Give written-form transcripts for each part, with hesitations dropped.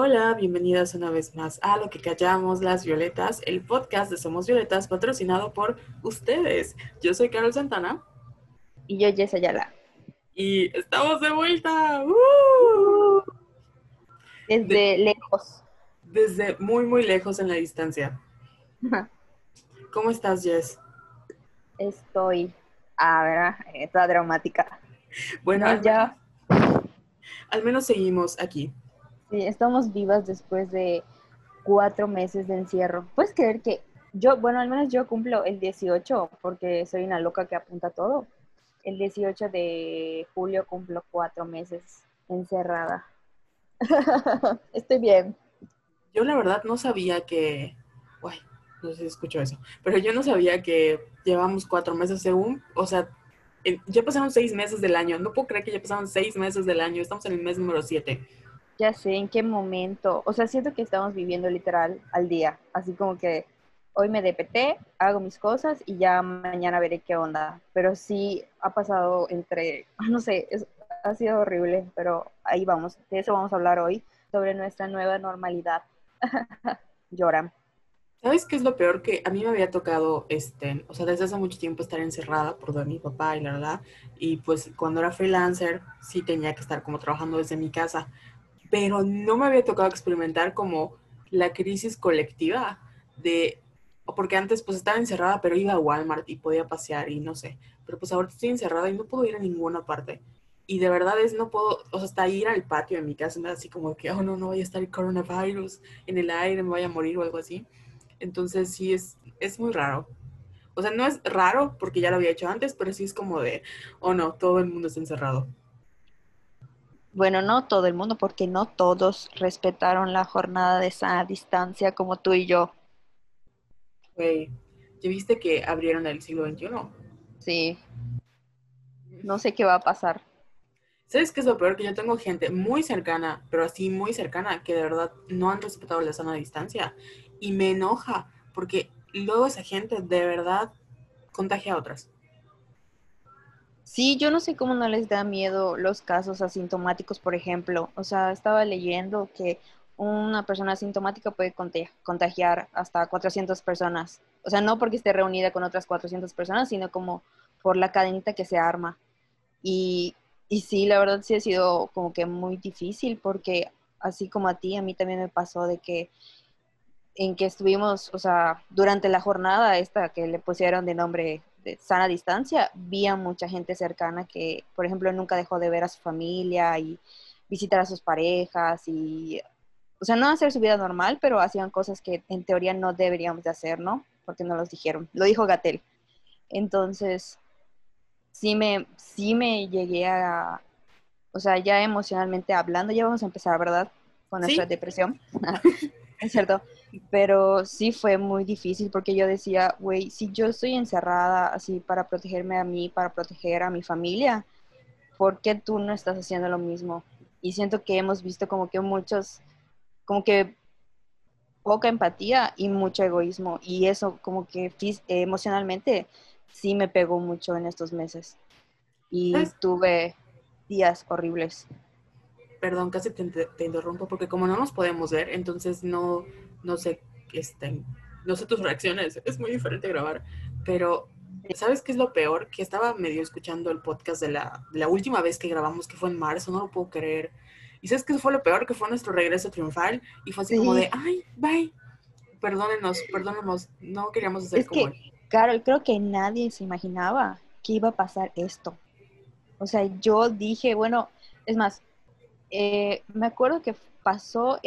Hola, bienvenidas una vez más a Lo que callamos las violetas, el podcast de Somos Violetas patrocinado por ustedes. Yo soy Carol Santana Y yo, Jess Ayala. y estamos de vuelta. ¡Uh! De- Desde lejos. desde muy muy lejos en la distancia. ¿Cómo estás, Jess? Estoy, toda dramática. Bueno, No, ya, al menos seguimos aquí. sí, estamos vivas después de 4 meses de encierro. ¿Puedes creer que yo, bueno, al menos yo cumplo el 18 porque soy una loca que apunta todo? El 18 de julio cumplo 4 meses encerrada. Estoy bien. Yo la verdad no sabía que... Uy, no sé si escucho eso, pero yo no sabía que llevamos 4 meses según, o sea, ya pasaron 6 meses del año. No puedo creer que ya pasaron 6 meses del año. Estamos en el mes número 7. Ya sé en qué momento, o sea, siento que estamos viviendo literal al día, así como que hoy me desperté, hago mis cosas y ya mañana veré qué onda, pero sí ha pasado entre, no sé, ha sido horrible, pero ahí vamos, de eso vamos a hablar hoy, sobre nuestra nueva normalidad. Lloran. ¿Sabes qué es lo peor? Que a mí me había tocado, o sea, desde hace mucho tiempo estar encerrada por lo de mi papá y la verdad, y pues cuando era freelancer sí tenía que estar como trabajando desde mi casa, pero no me había tocado experimentar como la crisis colectiva de, porque antes pues estaba encerrada, pero iba a Walmart y podía pasear y no sé, pero pues ahora estoy encerrada y no puedo ir a ninguna parte. Y de verdad no puedo, o sea, hasta ir al patio de mi casa me da así como que, oh no, no vaya a estar el coronavirus en el aire, me vaya a morir o algo así. Entonces sí es muy raro. O sea, no es raro porque ya lo había hecho antes, pero sí es como de, oh no, todo el mundo está encerrado. Bueno, no todo el mundo, porque no todos respetaron la jornada de sana distancia como tú y yo. Güey, ¿ya viste que abrieron el siglo XXI? Sí, no sé qué va a pasar. ¿Sabes qué es lo peor? Que yo tengo gente muy cercana, pero así muy cercana, que de verdad no han respetado la sana distancia. Y me enoja, porque luego esa gente de verdad contagia a otras. Sí, yo no sé cómo no les da miedo los casos asintomáticos, por ejemplo. O sea, estaba leyendo que una persona asintomática puede contagiar hasta 400 personas. O sea, no porque esté reunida con otras 400 personas, sino como por la cadenita que se arma. Y, y sí, la verdad sí ha sido como que muy difícil porque así como a ti, a mí también me pasó de que en que estuvimos, o sea, durante la jornada esta que le pusieron de nombre de sana distancia, vi a mucha gente cercana que, por ejemplo, nunca dejó de ver a su familia y visitar a sus parejas y, o sea, no hacer su vida normal, pero hacían cosas que en teoría no deberíamos de hacer, ¿no? Porque no los dijeron. Lo dijo Gatel. Entonces, sí me llegué a, o sea, ya emocionalmente hablando, ya vamos a empezar, ¿verdad? Con nuestra ¿Sí? depresión. Es cierto, pero sí fue muy difícil porque yo decía, güey, si yo estoy encerrada así para protegerme a mí, para proteger a mi familia, ¿por qué tú no estás haciendo lo mismo? Y siento que hemos visto como que muchos, como que poca empatía y mucho egoísmo y eso como que emocionalmente sí me pegó mucho en estos meses y ¿Sabes? tuve días horribles. Perdón, casi te interrumpo porque como no nos podemos ver, entonces no sé, este, no sé tus reacciones. Es muy diferente grabar. Pero, ¿sabes qué es lo peor? Que estaba medio escuchando el podcast de la última vez que grabamos, que fue en marzo, no lo puedo creer. ¿Y sabes qué fue lo peor? Que fue nuestro regreso triunfal y fue así como de, Sí, ay, bye, perdónenos, no queríamos hacer es como... que, Carol, creo que nadie se imaginaba que iba a pasar esto. O sea, yo dije, bueno, es más, me acuerdo que pasó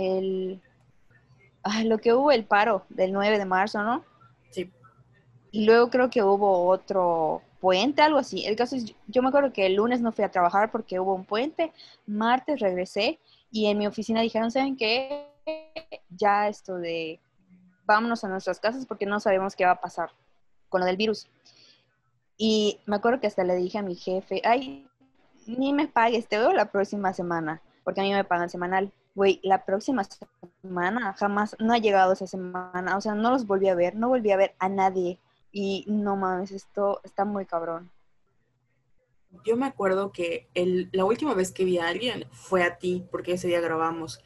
lo que hubo el paro del 9 de marzo, ¿no? Sí, Y luego creo que hubo otro puente, algo así. El caso es, yo me acuerdo que el lunes no fui a trabajar porque hubo un puente, martes regresé y en mi oficina dijeron, ¿saben qué? Ya esto de vámonos a nuestras casas porque no sabemos qué va a pasar con lo del virus. Y me acuerdo que hasta le dije a mi jefe, ay, ni me pagues, te veo la próxima semana, porque a mí me pagan semanal. Güey, la próxima semana jamás, no ha llegado esa semana, o sea, no los volví a ver, no volví a ver a nadie. Y no mames, esto está muy cabrón. yo me acuerdo que la última vez que vi a alguien fue a ti, porque ese día grabamos.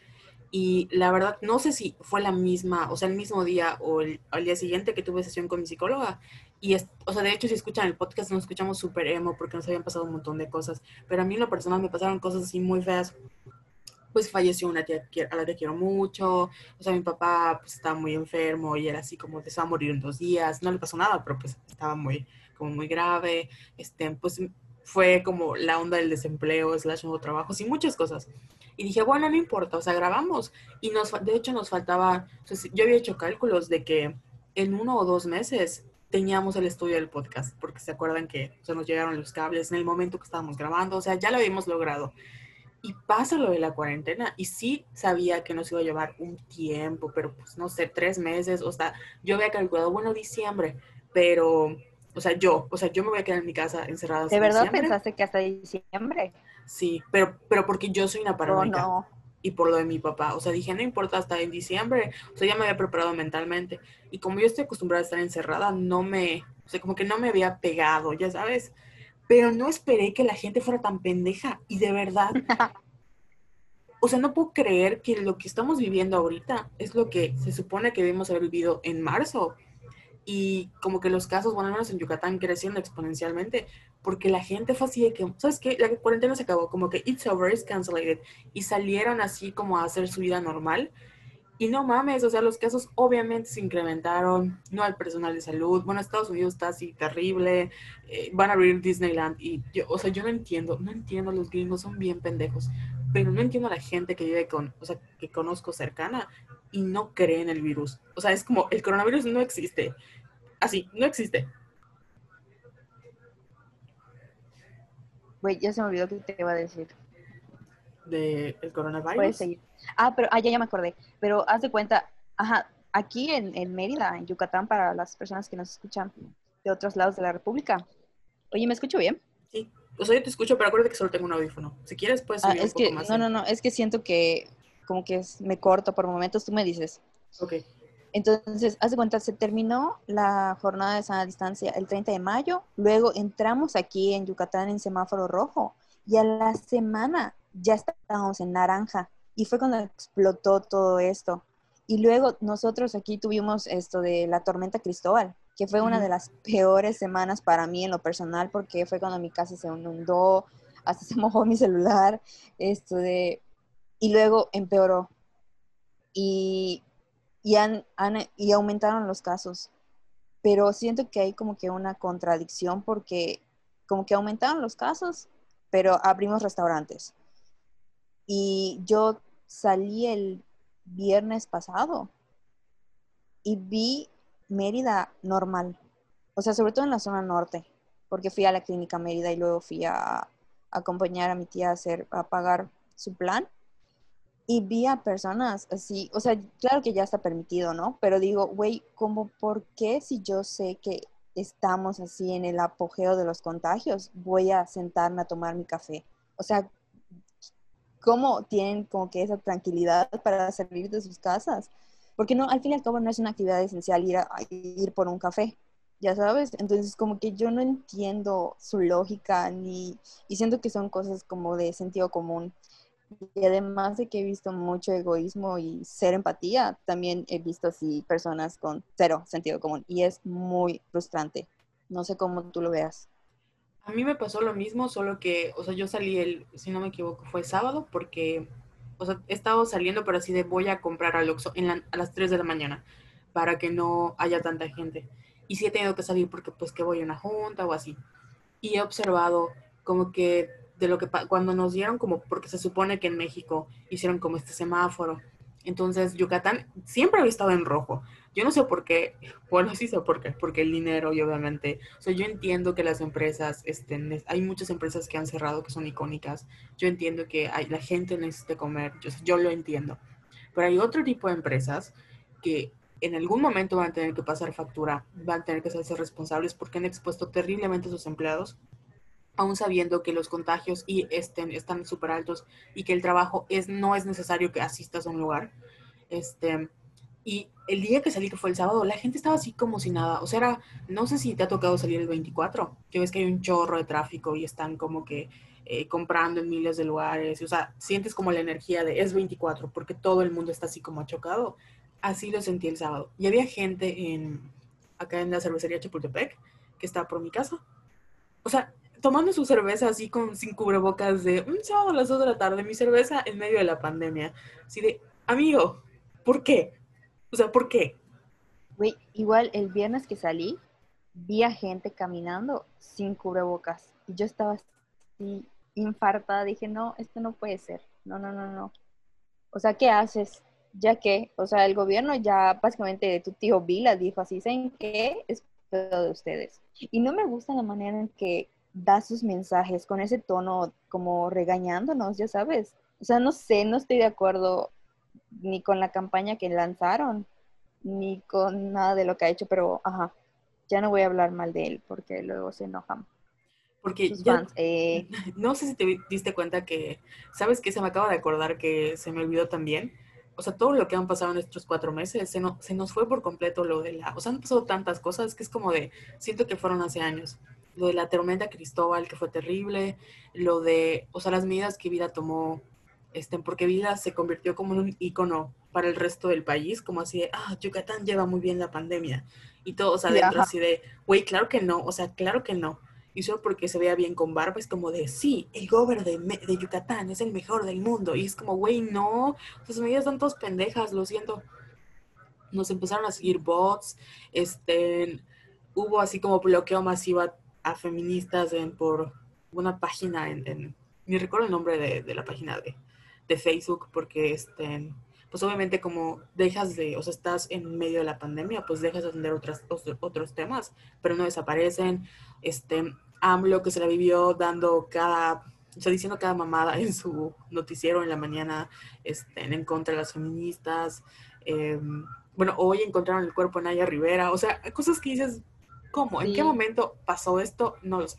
Y la verdad, no sé si fue la misma, o sea, el mismo día o al día siguiente que tuve sesión con mi psicóloga. Y, o sea, de hecho, si escuchan el podcast, nos escuchamos súper emo porque nos habían pasado un montón de cosas. Pero a mí en lo personal me pasaron cosas así muy feas. Pues falleció una tía a la que quiero mucho. O sea, mi papá pues estaba muy enfermo y era así como se va a morir en 2 días. No le pasó nada, pero pues estaba muy, como muy grave. Pues fue como la onda del desempleo, slash nuevo trabajo, y muchas cosas. Y dije, bueno, no importa, o sea, grabamos. Y de hecho nos faltaba, o sea, yo había hecho cálculos de que en 1 o 2 meses teníamos el estudio del podcast, porque se acuerdan que o sea, nos llegaron los cables en el momento que estábamos grabando, o sea, ya lo habíamos logrado. Y pasa lo de la cuarentena, y sí sabía que nos iba a llevar un tiempo, pero pues no sé, 3 meses, o sea, yo había calculado, bueno, diciembre, pero, o sea, yo me voy a quedar en mi casa encerrada ¿De hasta verdad diciembre. pensaste que hasta diciembre? Sí, pero porque yo soy una Oh, paranoica no. y por lo de mi papá. O sea, dije, no importa, hasta en diciembre. O sea, ya me había preparado mentalmente. Y como yo estoy acostumbrada a estar encerrada, o sea, como que no me había pegado, ya sabes. Pero no esperé que la gente fuera tan pendeja. Y de verdad, o sea, no puedo creer que lo que estamos viviendo ahorita es lo que se supone que debimos haber vivido en marzo. Y como que los casos, bueno, al menos en Yucatán, creciendo exponencialmente, porque la gente fue así de que, ¿sabes qué? La cuarentena se acabó, como que it's over, it's cancelled, y salieron así como a hacer su vida normal, y no mames, o sea, los casos obviamente se incrementaron, no al personal de salud, bueno, Estados Unidos está así terrible, van a abrir Disneyland, y yo, o sea, yo no entiendo, los gringos son bien pendejos, pero no entiendo a la gente que vive o sea, que conozco cercana, y no cree en el virus, o sea, es como, el coronavirus no existe, así, no existe. Güey, ya se me olvidó que te iba a decir. ¿Del Puedes coronavirus? seguir. Ah, pero, ya me acordé. Pero haz de cuenta, ajá, aquí en Mérida, en Yucatán, para las personas que nos escuchan de otros lados de la República. Oye, ¿me escucho bien? Sí. O sea, yo te escucho, pero acuérdate que solo tengo un audífono. Si quieres, puedes Ah, subir un es poco que, más no, el... no, no, es que siento que como que me corto por momentos, tú me dices. Ok. Entonces, haz de cuenta, se terminó la jornada de sana distancia el 30 de mayo, luego entramos aquí en Yucatán en semáforo rojo y a la semana ya estábamos en naranja y fue cuando explotó todo esto. Y luego nosotros aquí tuvimos esto de la tormenta Cristóbal, que fue una Ujú. de las peores semanas para mí en lo personal porque fue cuando mi casa se inundó, hasta se mojó mi celular, esto de... Y luego empeoró. Y y aumentaron los casos. Pero siento que hay como que una contradicción porque como que aumentaron los casos, pero abrimos restaurantes. Y yo salí el viernes pasado y vi Mérida normal. O sea, sobre todo en la zona norte, porque fui a la clínica Mérida y luego fui a acompañar a mi tía a pagar su plan. Y vi a personas así, o sea, claro que ya está permitido, ¿no? Pero digo, güey, ¿cómo por qué si yo sé que estamos así en el apogeo de los contagios, voy a sentarme a tomar mi café? O sea, ¿cómo tienen como que esa tranquilidad para salir de sus casas? Porque no, al fin y al cabo no es una actividad esencial a ir por un café, ya sabes. Entonces como que yo no entiendo su lógica y siento que son cosas como de sentido común. Y además de que he visto mucho egoísmo y cero empatía, también he visto así personas con cero sentido común y es muy frustrante. No sé cómo tú lo veas. A mí me pasó lo mismo, solo que, o sea, yo salí si no me equivoco, fue sábado, porque, o sea, he estado saliendo, pero así de voy a comprar al Oxxo a las 3 de la mañana, para que no haya tanta gente. Y sí he tenido que salir porque, pues, que voy a una junta o así. Y he observado como que de lo que cuando nos dieron como, porque se supone que en México hicieron como este semáforo, entonces Yucatán siempre había estado en rojo. Yo no sé por qué, bueno, sí sé por qué, porque el dinero y obviamente, o sea, yo entiendo que las empresas, hay muchas empresas que han cerrado que son icónicas, yo entiendo que la gente necesita comer, yo lo entiendo, pero hay otro tipo de empresas que en algún momento van a tener que pasar factura, van a tener que hacerse responsables porque han expuesto terriblemente a sus empleados, aún sabiendo que los contagios están súper altos y que el trabajo no es necesario que asistas a un lugar. Este, y el día que salí, que fue el sábado, la gente estaba así como si nada. O sea, no sé si te ha tocado salir el 24, que ves que hay un chorro de tráfico y están como que comprando en miles de lugares, o sea, sientes como la energía de es 24 porque todo el mundo está así como achocado. Así lo sentí el sábado. Y había gente acá en la cervecería Chapultepec, que está por mi casa. O sea, tomando su cerveza así sin cubrebocas de un sábado a las 2 de la tarde, mi cerveza en medio de la pandemia. Así de, amigo, ¿por qué? O sea, ¿por qué? Güey, igual el viernes que salí, vi a gente caminando sin cubrebocas. Y yo estaba así infartada. Dije, no, esto no puede ser. No, no, no, no. O sea, ¿qué haces? Ya que, o sea, el gobierno ya básicamente tu tío Vila dijo así, ¿saben qué? Es pedo de ustedes. Y no me gusta la manera en que da sus mensajes con ese tono como regañándonos, ya sabes. O sea, no sé, no estoy de acuerdo ni con la campaña que lanzaron, ni con nada de lo que ha hecho, pero ajá, ya no voy a hablar mal de él porque luego se enojan Porque sus ya, fans. no sé si te diste cuenta que, ¿sabes qué? Se me acaba de acordar que se me olvidó también. O sea, todo lo que han pasado en estos 4 meses, se nos fue por completo lo de la... O sea, han pasado tantas cosas que es como de, siento que fueron hace años. Lo de la tormenta Cristóbal, que fue terrible, lo de, o sea, las medidas que Vida tomó, porque Vida se convirtió como en un ícono para el resto del país, como así de, Yucatán lleva muy bien la pandemia. Y todos Sí, adentro ajá. así de, güey, claro que no, o sea, claro que no. Y solo porque se vea bien con barba es como de, sí, el gober de Yucatán es el mejor del mundo. Y es como, güey, no, sus medidas son todas pendejas, lo siento. Nos empezaron a seguir bots, hubo así como bloqueo masivo a feministas por una página ni recuerdo el nombre de la página de Facebook, porque pues obviamente como o sea, estás en medio de la pandemia, pues dejas de atender otros temas, pero no desaparecen. AMLO que se la vivió o sea, diciendo cada mamada en su noticiero en la mañana, en contra de las feministas. eh, bueno, hoy encontraron el cuerpo de Naya Rivera, o sea, cosas que dices, ¿cómo? ¿En qué Sí. momento pasó esto? No lo sé.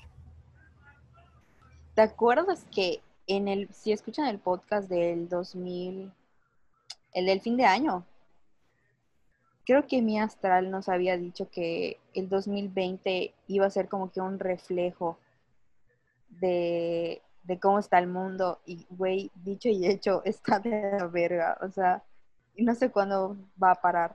¿Te acuerdas que si escuchan el podcast del 2000, el del fin de año, creo que mi astral nos había dicho que el 2020 iba a ser como que un reflejo de cómo está el mundo y, güey, dicho y hecho, está de la verga, o sea, y no sé cuándo va a parar.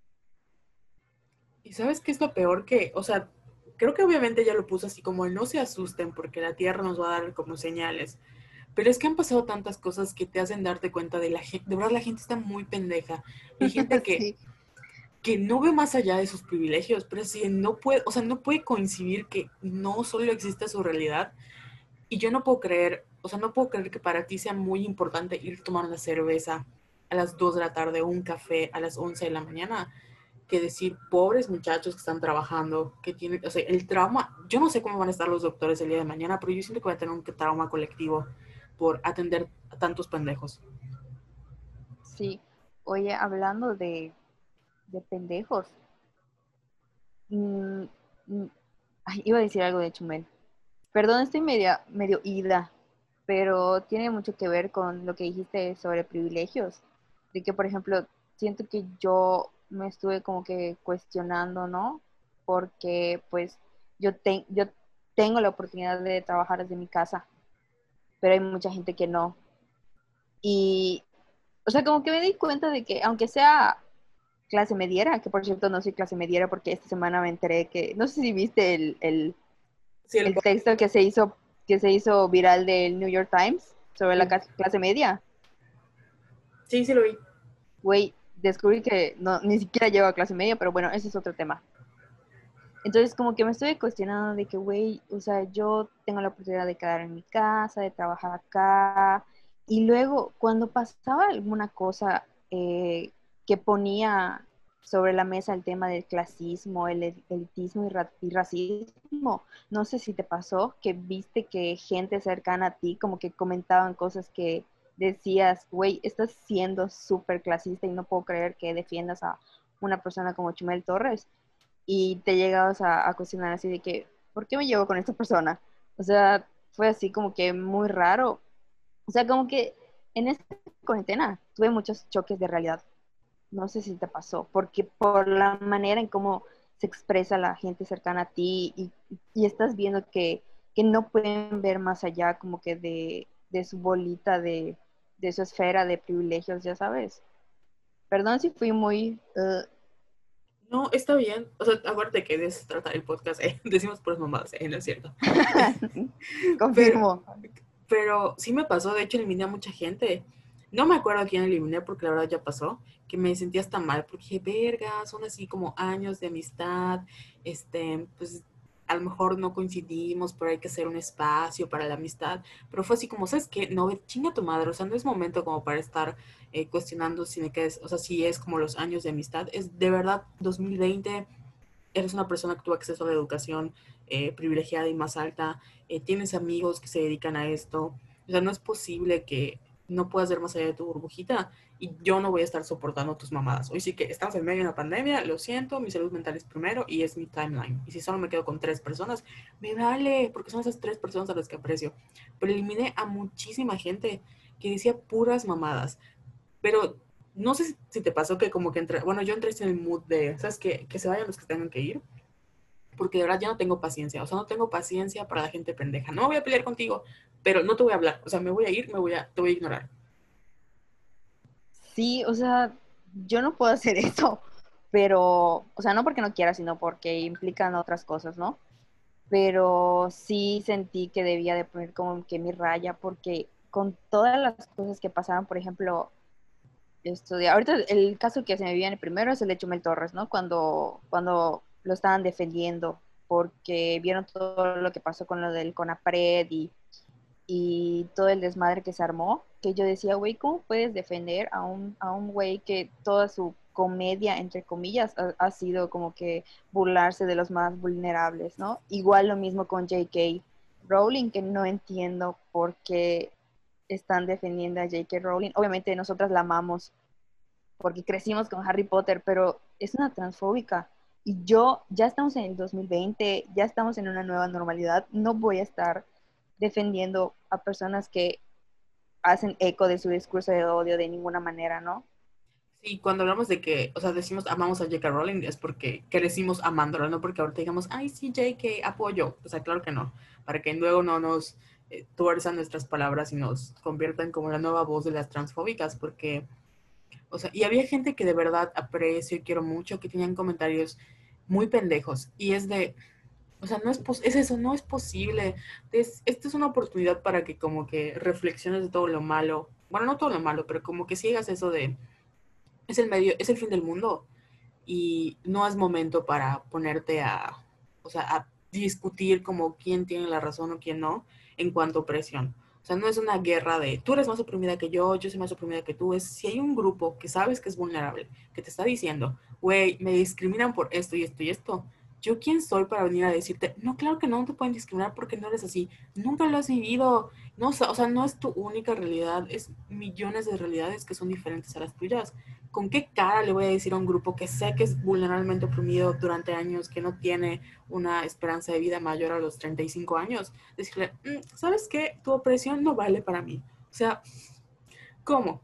¿Y sabes qué es lo peor? Que, o sea, creo que obviamente ya lo puso así como no se asusten porque la Tierra nos va a dar como señales. Pero es que han pasado tantas cosas que te hacen darte cuenta de la gente. De verdad, la gente está muy pendeja. Y hay gente Sí, que no ve más allá de sus privilegios, pero si no puede, o sea, no puede coincidir que no solo existe su realidad. Y yo no puedo creer, o sea, no puedo creer que para ti sea muy importante ir a tomar una cerveza a las 2 de la tarde o un café a las 11 de la mañana, que decir, pobres muchachos que están trabajando, que tienen, o sea, el trauma, yo no sé cómo van a estar los doctores el día de mañana, pero yo siento que van a tener un trauma colectivo por atender a tantos pendejos. sí. Oye, hablando de pendejos, mm, mm, ay, iba a decir algo de Chumel. Perdón, estoy medio ida, pero tiene mucho que ver con lo que dijiste sobre privilegios. De que, por ejemplo, siento que yo me estuve como que cuestionando, ¿no? Porque pues yo tengo la oportunidad de trabajar desde mi casa, pero hay mucha gente que no. Y, o sea, como que me di cuenta de que aunque sea clase mediera, que por cierto no soy clase mediera porque esta semana me enteré que, no sé si viste Sí, el texto que se hizo viral del New York Times sobre la sí, clase media. sí, sí lo vi. Güey, descubrí que no, ni siquiera llego a clase media, pero bueno, ese es otro tema. Entonces, como que me estoy cuestionando de que, güey, o sea, yo tengo la oportunidad de quedar en mi casa, de trabajar acá, y luego cuando pasaba alguna cosa que ponía sobre la mesa el tema del clasismo, el elitismo y racismo, no sé si te pasó que viste que gente cercana a ti como que comentaban cosas que decías, güey, estás siendo súper clasista y no puedo creer que defiendas a una persona como Chumel Torres y te llegabas a cuestionar así de que, ¿por qué me llevo con esta persona? O sea, fue así como que muy raro. O sea, como que en esta cuarentena tuve muchos choques de realidad. No sé si te pasó, porque por la manera en cómo se expresa la gente cercana a ti y estás viendo que que no pueden ver más allá como que de su bolita, de su esfera de privilegios, ya sabes. Perdón si fui muy... No, está bien. O sea, acuérdate que de eso se trata el podcast. Decimos puras mamadas, no es cierto. Pero, Confirmo. pero sí me pasó, de hecho eliminé a mucha gente. No me acuerdo a quién eliminé porque la verdad ya pasó, que me sentía hasta mal porque dije, verga, son así como años de amistad, pues a lo mejor no coincidimos, pero hay que hacer un espacio para la amistad. Pero fue así como, ¿sabes qué? No, chinga tu madre, o sea, no es momento como para estar cuestionando si me quedes, o sea, si es como los años de amistad. Es de verdad 2020, eres una persona que tuvo acceso a la educación privilegiada y más alta, tienes amigos que se dedican a esto, o sea, no es posible que no puedas ver más allá de tu burbujita y yo no voy a estar soportando tus mamadas. Hoy sí que estamos en medio de una pandemia, lo siento, mi salud mental es primero y es mi timeline. Y si solo me quedo con 3 personas, me vale, porque son esas 3 personas a las que aprecio. Pero eliminé a muchísima gente que decía puras mamadas. Pero no sé si te pasó que como que entré, bueno, yo entré en el mood de, ¿sabes qué? Que se vayan los que tengan que ir, porque de verdad ya no tengo paciencia, o sea, no tengo paciencia para la gente pendeja. No voy a pelear contigo, pero no te voy a hablar, o sea, me voy a ir, te voy a ignorar. Sí, o sea, yo no puedo hacer eso, pero, o sea, no porque no quiera, sino porque implican otras cosas, ¿no? Pero sí sentí que debía de poner como que mi raya, porque con todas las cosas que pasaban, por ejemplo, ahorita el caso que se me viene primero es el de Chumel Torres, ¿no? Cuando lo estaban defendiendo, porque vieron todo lo que pasó con lo del CONAPRED y todo el desmadre que se armó, que yo decía, güey, ¿cómo puedes defender a un güey que toda su comedia, entre comillas, ha sido como que burlarse de los más vulnerables, ¿no? Igual lo mismo con J.K. Rowling, que no entiendo por qué están defendiendo a J.K. Rowling. Obviamente nosotras la amamos porque crecimos con Harry Potter, pero es una transfóbica. Y yo, ya estamos en el 2020, ya estamos en una nueva normalidad, no voy a estar defendiendo a personas que hacen eco de su discurso de odio de ninguna manera, ¿no? Sí, cuando hablamos de que, o sea, decimos amamos a J.K. Rowling es porque crecimos amándola, no porque ahorita digamos, ay, sí, J.K., apoyo. O sea, claro que no. Para que luego no nos tuerzan nuestras palabras y nos conviertan como la nueva voz de las transfóbicas, porque, o sea, y había gente que de verdad aprecio y quiero mucho, que tenían comentarios muy pendejos. Y es de, o sea, es eso, no es posible. Esta es una oportunidad para que como que reflexiones de todo lo malo. Bueno, no todo lo malo, pero como que sigas eso de es el fin del mundo y no es momento para ponerte o sea, a discutir como quién tiene la razón o quién no en cuanto a opresión. O sea, no es una guerra de tú eres más oprimida que yo soy más oprimida que tú. Es si hay un grupo que sabes que es vulnerable, que te está diciendo, güey, me discriminan por esto y esto y esto. ¿Yo quién soy para venir a decirte, no, claro que no te pueden discriminar porque no eres así? Nunca lo has vivido. No, o sea, no es tu única realidad, es millones de realidades que son diferentes a las tuyas. ¿Con qué cara le voy a decir a un grupo que sé que es vulnerablemente oprimido durante años, que no tiene una esperanza de vida mayor a los 35 años? Decirle, ¿sabes qué? Tu opresión no vale para mí. O sea, ¿cómo?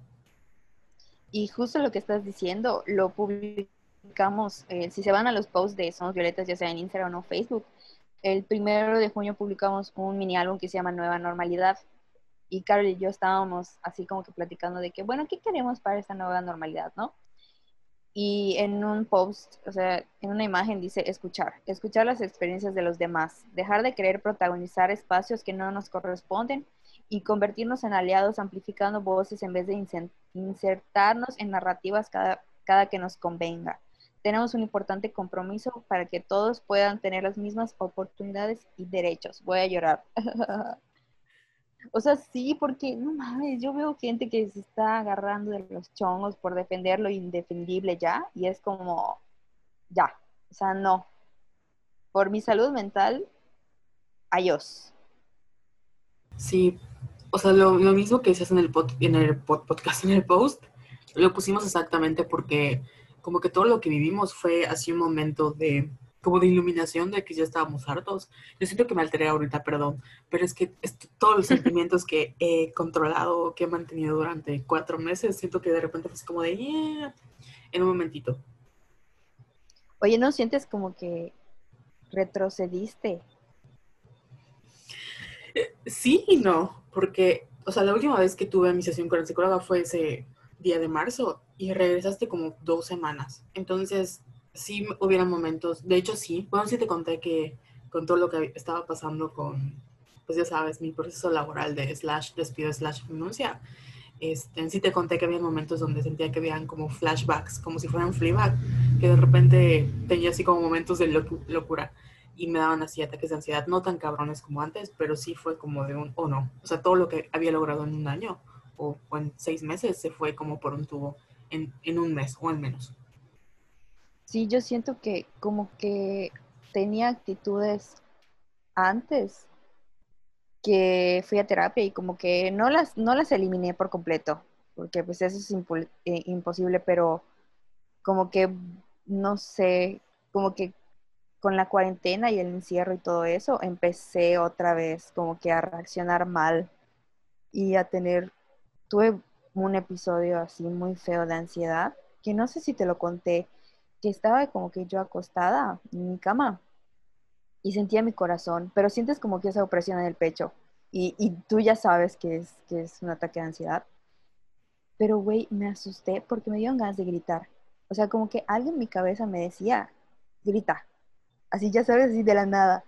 Y justo lo que estás diciendo, lo publicamos, si se van a los posts de Somos Violetas, ya sea en Instagram o Facebook, el 1 de junio publicamos un mini álbum que se llama Nueva Normalidad. Y Carol y yo estábamos así como que platicando de que, bueno, ¿qué queremos para esta nueva normalidad, no? Y en un post, o sea, en una imagen dice escuchar las experiencias de los demás, dejar de querer protagonizar espacios que no nos corresponden y convertirnos en aliados amplificando voces en vez de insertarnos en narrativas cada que nos convenga. Tenemos un importante compromiso para que todos puedan tener las mismas oportunidades y derechos. Voy a llorar. O sea, sí, porque no mames, yo veo gente que se está agarrando de los chongos por defender lo indefendible ya, y es como, ya, o sea, no. Por mi salud mental, adiós. Sí, o sea, lo mismo que decías en el podcast, en el post, lo pusimos exactamente porque como que todo lo que vivimos fue así un momento de como de iluminación de que ya estábamos hartos. Yo siento que me alteré ahorita, perdón, pero es que todos los sentimientos que he controlado, que he mantenido durante 4 meses, siento que de repente fue así como de, yeah, en un momentito. Oye, ¿no sientes como que retrocediste? Sí y no, porque, o sea, la última vez que tuve mi sesión con el psicóloga fue ese día de marzo y regresaste como 2 semanas. Entonces, sí hubieran momentos, de hecho sí, bueno, sí te conté que con todo lo que estaba pasando con, pues ya sabes, mi proceso laboral de slash despido slash renuncia, en sí te conté que había momentos donde sentía que habían como flashbacks, como si fueran Fleabag, que de repente tenía así como momentos de locura y me daban así ataques de ansiedad, no tan cabrones como antes, pero sí fue como de un, o no, o sea, todo lo que había logrado en un año o en 6 meses se fue como por un tubo en un mes o en menos. Sí, yo siento que como que tenía actitudes antes que fui a terapia y como que no las eliminé por completo, porque pues eso es imposible, pero como que, no sé, como que con la cuarentena y el encierro y todo eso, empecé otra vez como que a reaccionar mal y tuve un episodio así muy feo de ansiedad, que no sé si te lo conté, que estaba como que yo acostada en mi cama y sentía mi corazón, pero sientes como que esa opresión en el pecho y tú ya sabes que es un ataque de ansiedad, pero güey, me asusté porque me dieron ganas de gritar. O sea, como que alguien en mi cabeza me decía, grita, así ya sabes, así de la nada.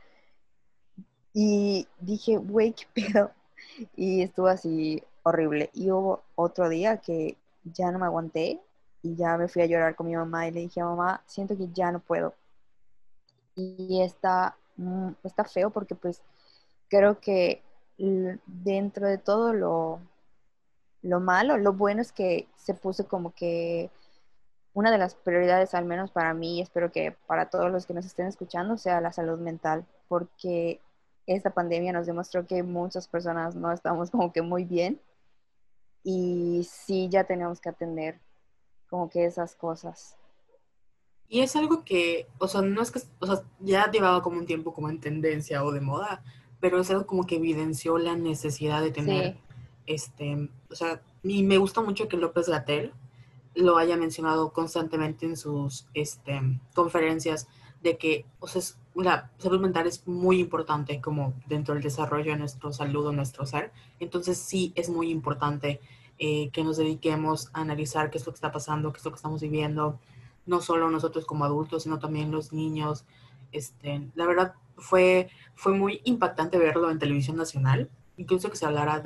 Y dije, güey, qué pedo. Y estuvo así horrible. Y hubo otro día que ya no me aguanté y ya me fui a llorar con mi mamá y le dije a mamá, siento que ya no puedo. Y está feo porque pues creo que dentro de todo lo malo, lo bueno es que se puso como que una de las prioridades, al menos para mí, y espero que para todos los que nos estén escuchando, sea la salud mental, porque esta pandemia nos demostró que muchas personas no estamos como que muy bien y sí ya tenemos que atender como que esas cosas. Y es algo que, o sea, no es que, o sea, ya llevaba como un tiempo como en tendencia o de moda, pero es algo como que evidenció la necesidad de tener, Sí, o sea, y me gusta mucho que López Gatell lo haya mencionado constantemente en sus conferencias, de que, o sea, la salud mental es muy importante como dentro del desarrollo de nuestro salud o nuestro ser. Entonces sí es muy importante que nos dediquemos a analizar qué es lo que está pasando, qué es lo que estamos viviendo, no solo nosotros como adultos, sino también los niños. La verdad fue muy impactante verlo en televisión nacional, incluso que se hablara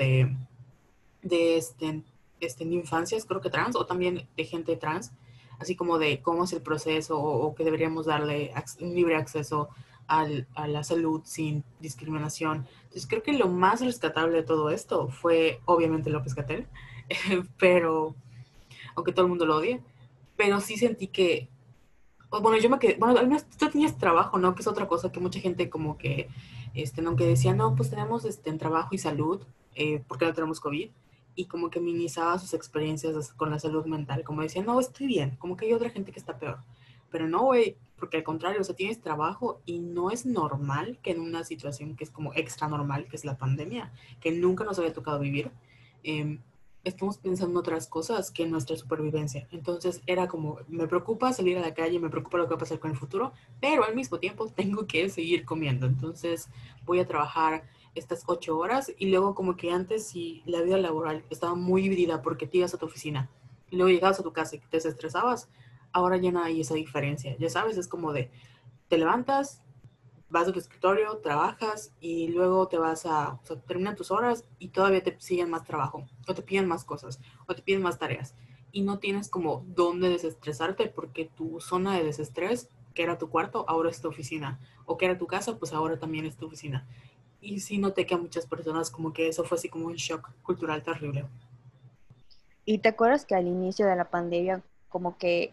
de infancias, creo que trans, o también de gente trans, así como de cómo es el proceso o que deberíamos darle un libre acceso a la salud sin discriminación. Entonces creo que lo más rescatable de todo esto fue obviamente López Gatell, pero aunque todo el mundo lo odie, pero sí sentí que, bueno, yo me quedé, bueno, al menos tú tenías trabajo, ¿no? Que es otra cosa que mucha gente como que, ¿no? Que decía, no, pues tenemos en trabajo y salud, porque no tenemos COVID, y como que minimizaba sus experiencias con la salud mental, como decía, no, estoy bien, como que hay otra gente que está peor. Pero no, güey, porque al contrario, o sea, tienes trabajo y no es normal que en una situación que es como extra normal, que es la pandemia, que nunca nos había tocado vivir, eh, estamos pensando en otras cosas que en nuestra supervivencia. Entonces era como, me preocupa salir a la calle, me preocupa lo que va a pasar con el futuro, pero al mismo tiempo tengo que seguir comiendo. Entonces voy a trabajar estas 8 horas y luego como que antes si la vida laboral estaba muy dividida porque te ibas a tu oficina y luego llegabas a tu casa y te desestresabas, ahora ya no hay esa diferencia. Ya sabes, es como de, te levantas, vas a tu escritorio, trabajas y luego te vas o sea, terminan tus horas y todavía te siguen más trabajo, o te piden más cosas, o te piden más tareas. Y no tienes como dónde desestresarte porque tu zona de desestrés, que era tu cuarto, ahora es tu oficina. O que era tu casa, pues ahora también es tu oficina. Y sí noté que a muchas personas como que eso fue así como un shock cultural terrible. y te acuerdas que al inicio de la pandemia como que,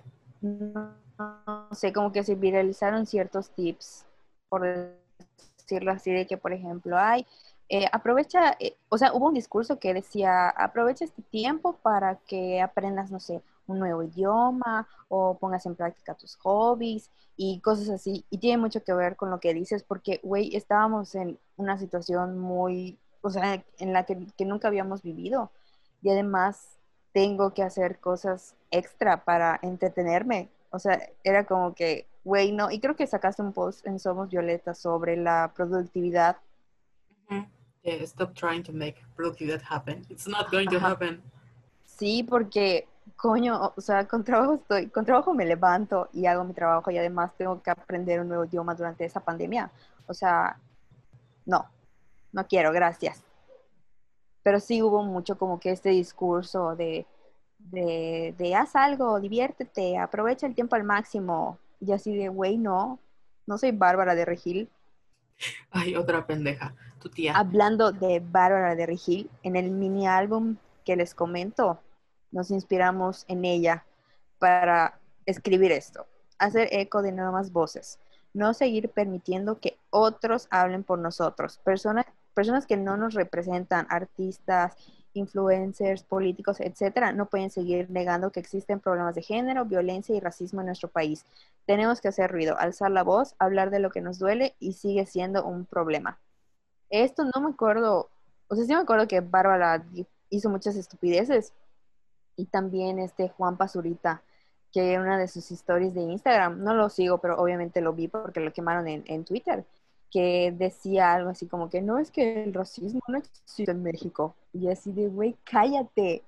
no sé, como que se viralizaron ciertos tips, por decirlo así, de que, por ejemplo, aprovecha, o sea, hubo un discurso que decía, aprovecha este tiempo para que aprendas, no sé, un nuevo idioma o pongas en práctica tus hobbies y cosas así. Y tiene mucho que ver con lo que dices, porque, güey, estábamos en una situación muy, o sea, en la que nunca habíamos vivido. Y además tengo que hacer cosas extra para entretenerme. O sea, era como que, güey, no. Y creo que sacaste un post en Somos Violeta sobre la productividad Mm. Yeah, stop trying to make productividad happen. It's not going to Ajá. happen. Sí, porque, coño, o sea, con trabajo me levanto y hago mi trabajo y además tengo que aprender un nuevo idioma durante esa pandemia. O sea, no, no quiero, gracias. Pero sí hubo mucho como que este discurso de haz algo, diviértete, aprovecha el tiempo al máximo. Y así de, güey, no, no soy Bárbara de Regil. Ay, otra pendeja, tu tía. Hablando de Bárbara de Regil, en el mini álbum que les comento, nos inspiramos en ella para escribir esto, hacer eco de nuevas voces, no seguir permitiendo que otros hablen por nosotros, personas que no nos representan, artistas, influencers, políticos, etcétera, no pueden seguir negando que existen problemas de género, violencia y racismo en nuestro país. Tenemos que hacer ruido, alzar la voz, hablar de lo que nos duele y sigue siendo un problema. Esto no me acuerdo, o sea, sí me acuerdo que Bárbara hizo muchas estupideces y también este Juan Pazurita, que en una de sus stories de Instagram, no lo sigo, pero obviamente lo vi porque lo quemaron en Twitter, que decía algo así como que no es que el racismo no existe en México. Y así de, güey, cállate.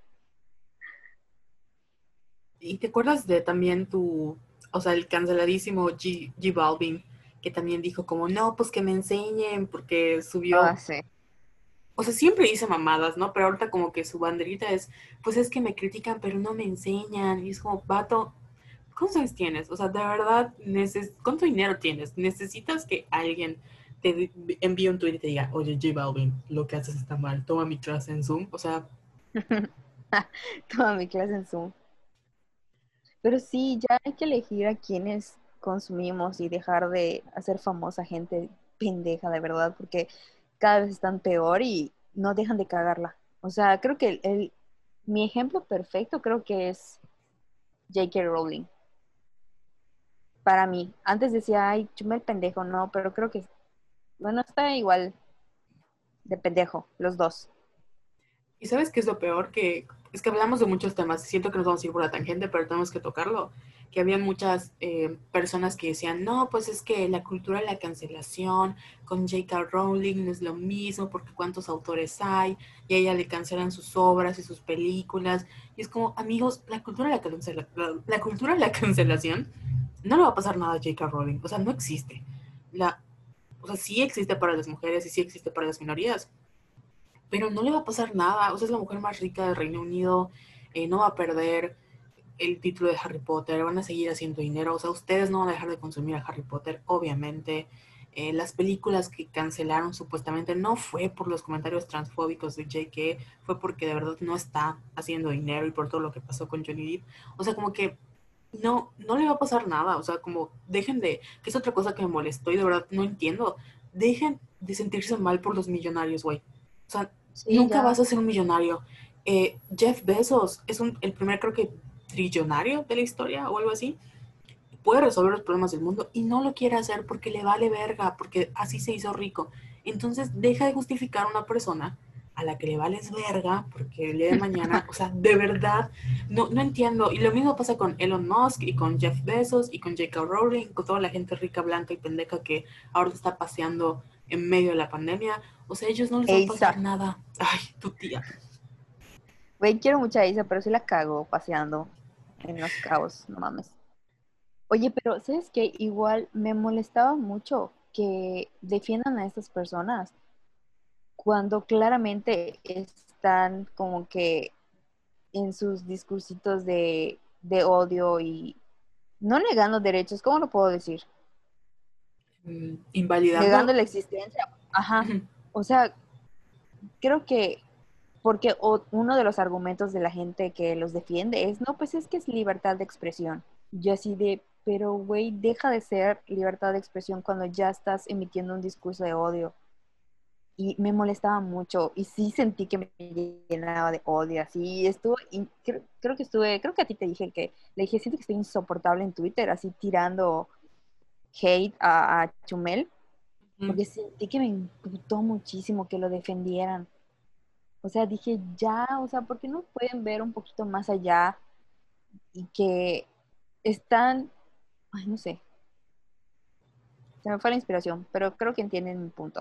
¿Y te acuerdas de también o sea, el canceladísimo G Balvin, que también dijo como, no, pues que me enseñen, porque Ah, subió, sí. o sea, siempre dice mamadas, ¿no? Pero ahorita como que su banderita es, pues es que me critican, pero no me enseñan. Y es como, vato, ¿cuántos años tienes? O sea, de verdad, ¿cuánto dinero tienes? ¿Necesitas que alguien envíe un tweet y te diga, oye, J Balvin, lo que haces está mal, toma mi clase en Zoom? O sea, Toda mi clase en Zoom. Pero sí, ya hay que elegir a quienes consumimos y dejar de hacer famosa gente pendeja, de verdad, porque cada vez están peor y no dejan de cagarla. O sea, creo que mi ejemplo perfecto creo que es J.K. Rowling. Para mí, antes decía, ay, chumel pendejo, no, pero creo que, bueno, está igual de pendejo, los dos. ¿y sabes qué es lo peor? Que es que hablamos de muchos temas, siento que nos vamos a ir por la tangente, pero tenemos que tocarlo. Que había muchas personas que decían, no, pues es que la cultura de la cancelación con J.K. Rowling no es lo mismo, porque cuántos autores hay, y a ella le cancelan sus obras y sus películas. Y es como, amigos, la cultura de la cancelación no le va a pasar nada a J.K. Rowling, o sea, no existe. La, o sea, sí existe para las mujeres y sí existe para las minorías, pero no le va a pasar nada. O sea, es la mujer más rica del Reino Unido, no va a perder el título de Harry Potter, van a seguir haciendo dinero. O sea, ustedes no van a dejar de consumir a Harry Potter, obviamente. Las películas que cancelaron supuestamente no fue por los comentarios transfóbicos de J.K., fue porque de verdad no está haciendo dinero y por todo lo que pasó con Johnny Depp. O sea, como que no le va a pasar nada. O sea, como dejen que es otra cosa que me molestó y de verdad no entiendo. Dejen de sentirse mal por los millonarios, güey. O sea, Sí, nunca ya. vas a ser un millonario. Jeff Bezos es el primer, creo que, trillonario de la historia o algo así. Puede resolver los problemas del mundo y no lo quiere hacer porque le vale verga, porque así se hizo rico. Entonces deja de justificar a una persona a la que le vales verga, porque el día de mañana, o sea, de verdad, no entiendo. Y lo mismo pasa con Elon Musk y con Jeff Bezos y con J.K. Rowling, con toda la gente rica, blanca y pendeja que ahora está paseando en medio de la pandemia. O sea, a ellos no les va a pasar Eisa. nada. Ay, tu tía. Güey, quiero mucha a Isa, pero sí la cago paseando en los cabos, no mames. Oye, pero ¿sabes qué? Igual me molestaba mucho que defiendan a estas personas cuando claramente están como que en sus discursitos de odio y no negando derechos, ¿cómo lo puedo decir? Negando Invalidando. la existencia. Ajá. O sea, creo que porque uno de los argumentos de la gente que los defiende es, no, pues es que es libertad de expresión. Yo así de, pero güey, deja de ser libertad de expresión cuando ya estás emitiendo un discurso de odio. Y me molestaba mucho y sí sentí que me llenaba de odio, así estuvo, creo que a ti te dije que, le dije, siento que estoy insoportable en Twitter, así tirando hate a Chumel, porque sentí que me imputó muchísimo que lo defendieran. O sea, dije, ya, o sea, ¿por qué no pueden ver un poquito más allá y que están, ay, no sé, se me fue la inspiración, pero creo que entienden mi punto.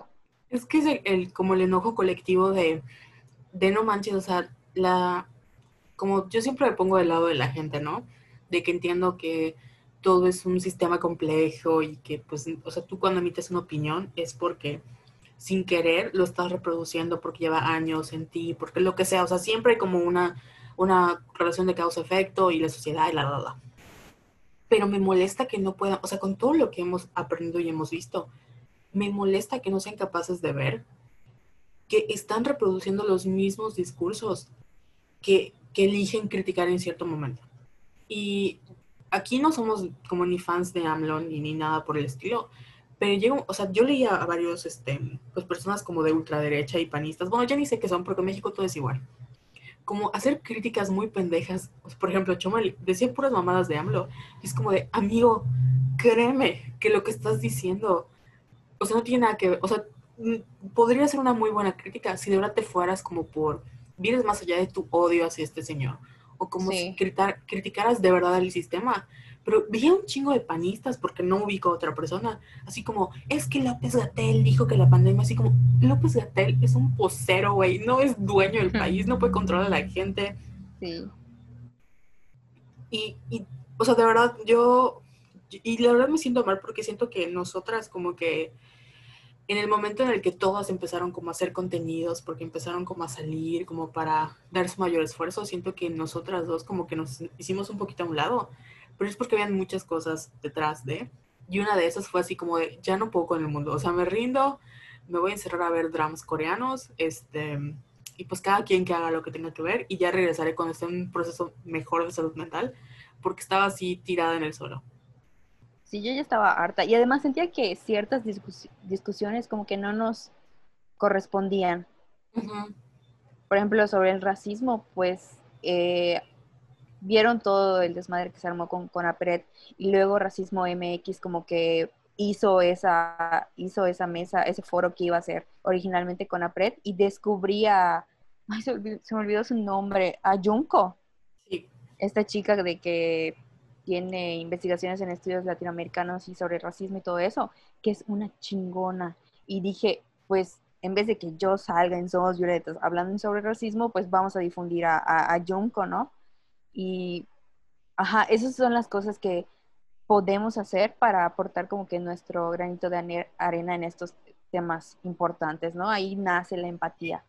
Es que es como el enojo colectivo de no manches, o sea, como yo siempre me pongo del lado de la gente, ¿no? De que entiendo que todo es un sistema complejo y que, pues, o sea, tú cuando emites una opinión es porque sin querer lo estás reproduciendo porque lleva años en ti, porque lo que sea, o sea, siempre hay como una relación de causa-efecto y la sociedad y la. Pero me molesta que no puedan, o sea, con todo lo que hemos aprendido y hemos visto, me molesta que no sean capaces de ver que están reproduciendo los mismos discursos que eligen criticar en cierto momento. Y aquí no somos como ni fans de AMLO ni nada por el estilo, pero llego, o sea, yo leía a varios, pues personas como de ultraderecha y panistas, bueno, ya ni sé qué son, porque en México todo es igual, como hacer críticas muy pendejas, pues, por ejemplo, Chomel decía puras mamadas de AMLO, y es como de, amigo, créeme que lo que estás diciendo, o sea, no tiene nada que ver, o sea, podría ser una muy buena crítica si de verdad te fueras como vienes más allá de tu odio hacia este señor, o como si Sí. criticaras de verdad al sistema. Pero veía un chingo de panistas porque no ubico a otra persona. Así como, es que López Gatell dijo que la pandemia, así como, López Gatell es un posero, güey, no es dueño del país, no puede controlar a la gente. Sí. Y o sea, de verdad, y la verdad me siento mal porque siento que nosotras como que en el momento en el que todas empezaron como a hacer contenidos, porque empezaron como a salir, como para dar su mayor esfuerzo, siento que nosotras dos como que nos hicimos un poquito a un lado, pero es porque habían muchas cosas detrás y una de esas fue así como de, ya no puedo con el mundo, o sea, me rindo, me voy a encerrar a ver dramas coreanos, y pues cada quien que haga lo que tenga que ver, y ya regresaré cuando esté en un proceso mejor de salud mental, porque estaba así tirada en el suelo. Sí, yo ya estaba harta. Y además sentía que ciertas discusiones como que no nos correspondían. Ujú. Por ejemplo, sobre el racismo, pues vieron todo el desmadre que se armó con APRED y luego Racismo MX como que hizo esa mesa, ese foro que iba a ser originalmente con APRED y descubría, ay, se me olvidó su nombre, a Junko, Sí. esta chica de que tiene investigaciones en estudios latinoamericanos y sobre racismo y todo eso, que es una chingona. Y dije, pues en vez de que yo salga en Somos Violetas hablando sobre racismo, pues vamos a difundir a Junko, ¿no? Y, ajá, esas son las cosas que podemos hacer para aportar como que nuestro granito de arena en estos temas importantes, ¿no? Ahí nace la empatía.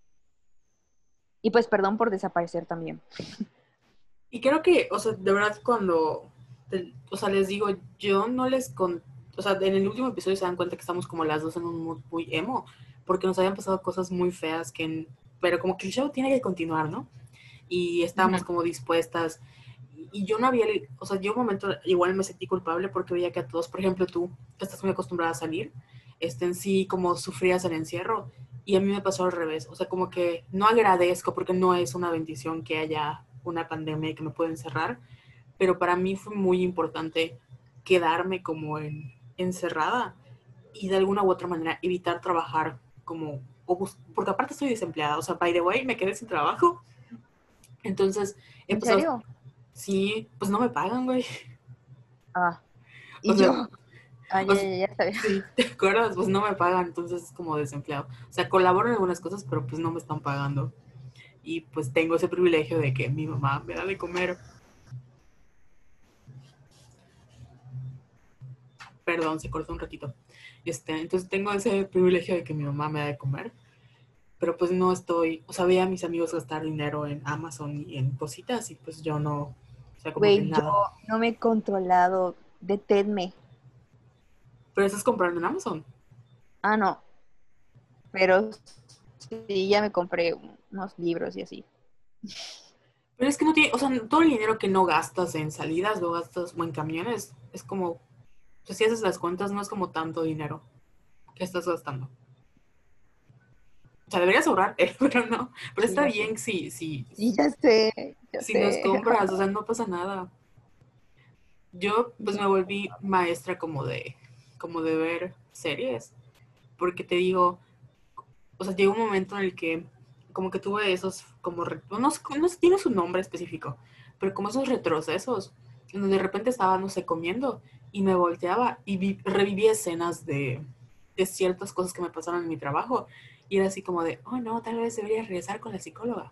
Y pues perdón por desaparecer también. Y creo que, o sea, de verdad cuando, o sea, les digo, yo no o sea, en el último episodio se dan cuenta que estamos como las dos en un mood muy emo, porque nos habían pasado cosas muy feas pero como que el show tiene que continuar, ¿no? Y estábamos Ujú. como dispuestas, y yo no había, o sea, yo un momento igual me sentí culpable porque veía que a todos, por ejemplo, tú, que estás muy acostumbrada a salir, en sí como sufrías el encierro, y a mí me pasó al revés, o sea, como que no agradezco porque no es una bendición que haya una pandemia y que me pueda encerrar, pero para mí fue muy importante quedarme como encerrada y de alguna u otra manera evitar trabajar como, porque aparte estoy desempleada, o sea, by the way, me quedé sin trabajo, entonces ¿En empezó, serio? sí, pues no me pagan, güey, Ah, o y sea, yo, ah, o ya, sea, ya, ya sabía. sí, ¿te acuerdas? Pues no me pagan, entonces es como desempleado, o sea, colaboro en algunas cosas, pero pues no me están pagando, y pues tengo ese privilegio de que mi mamá me da de comer. Perdón, se cortó un ratito. Entonces tengo ese privilegio de que mi mamá me da de comer, pero pues no estoy, o sea, veía a mis amigos gastar dinero en Amazon y en cositas y pues yo no, o sea, como que Güey, yo nada. no me he controlado, deténme. Pero estás comprando en Amazon. Ah, no, pero sí, ya me compré unos libros y así. Pero es que no tiene, o sea, todo el dinero que no gastas en salidas, lo gastas o en camiones, es como, o sea, si haces las cuentas, no es como tanto dinero que estás gastando. O sea, deberías ahorrar, pero no. Pero Sí, está ya sé. bien Sí, ya sé, ya si nos sé. compras, o sea, no pasa nada. Yo pues Ya. me volví maestra como de ver series, porque te digo, o sea, llegó un momento en el que como que tuve esos, como, no tiene su nombre específico, pero como esos retrocesos, en donde de repente estaba, no sé, comiendo y me volteaba y reviví escenas de ciertas cosas que me pasaron en mi trabajo. Y era así como de, oh no, tal vez debería regresar con la psicóloga.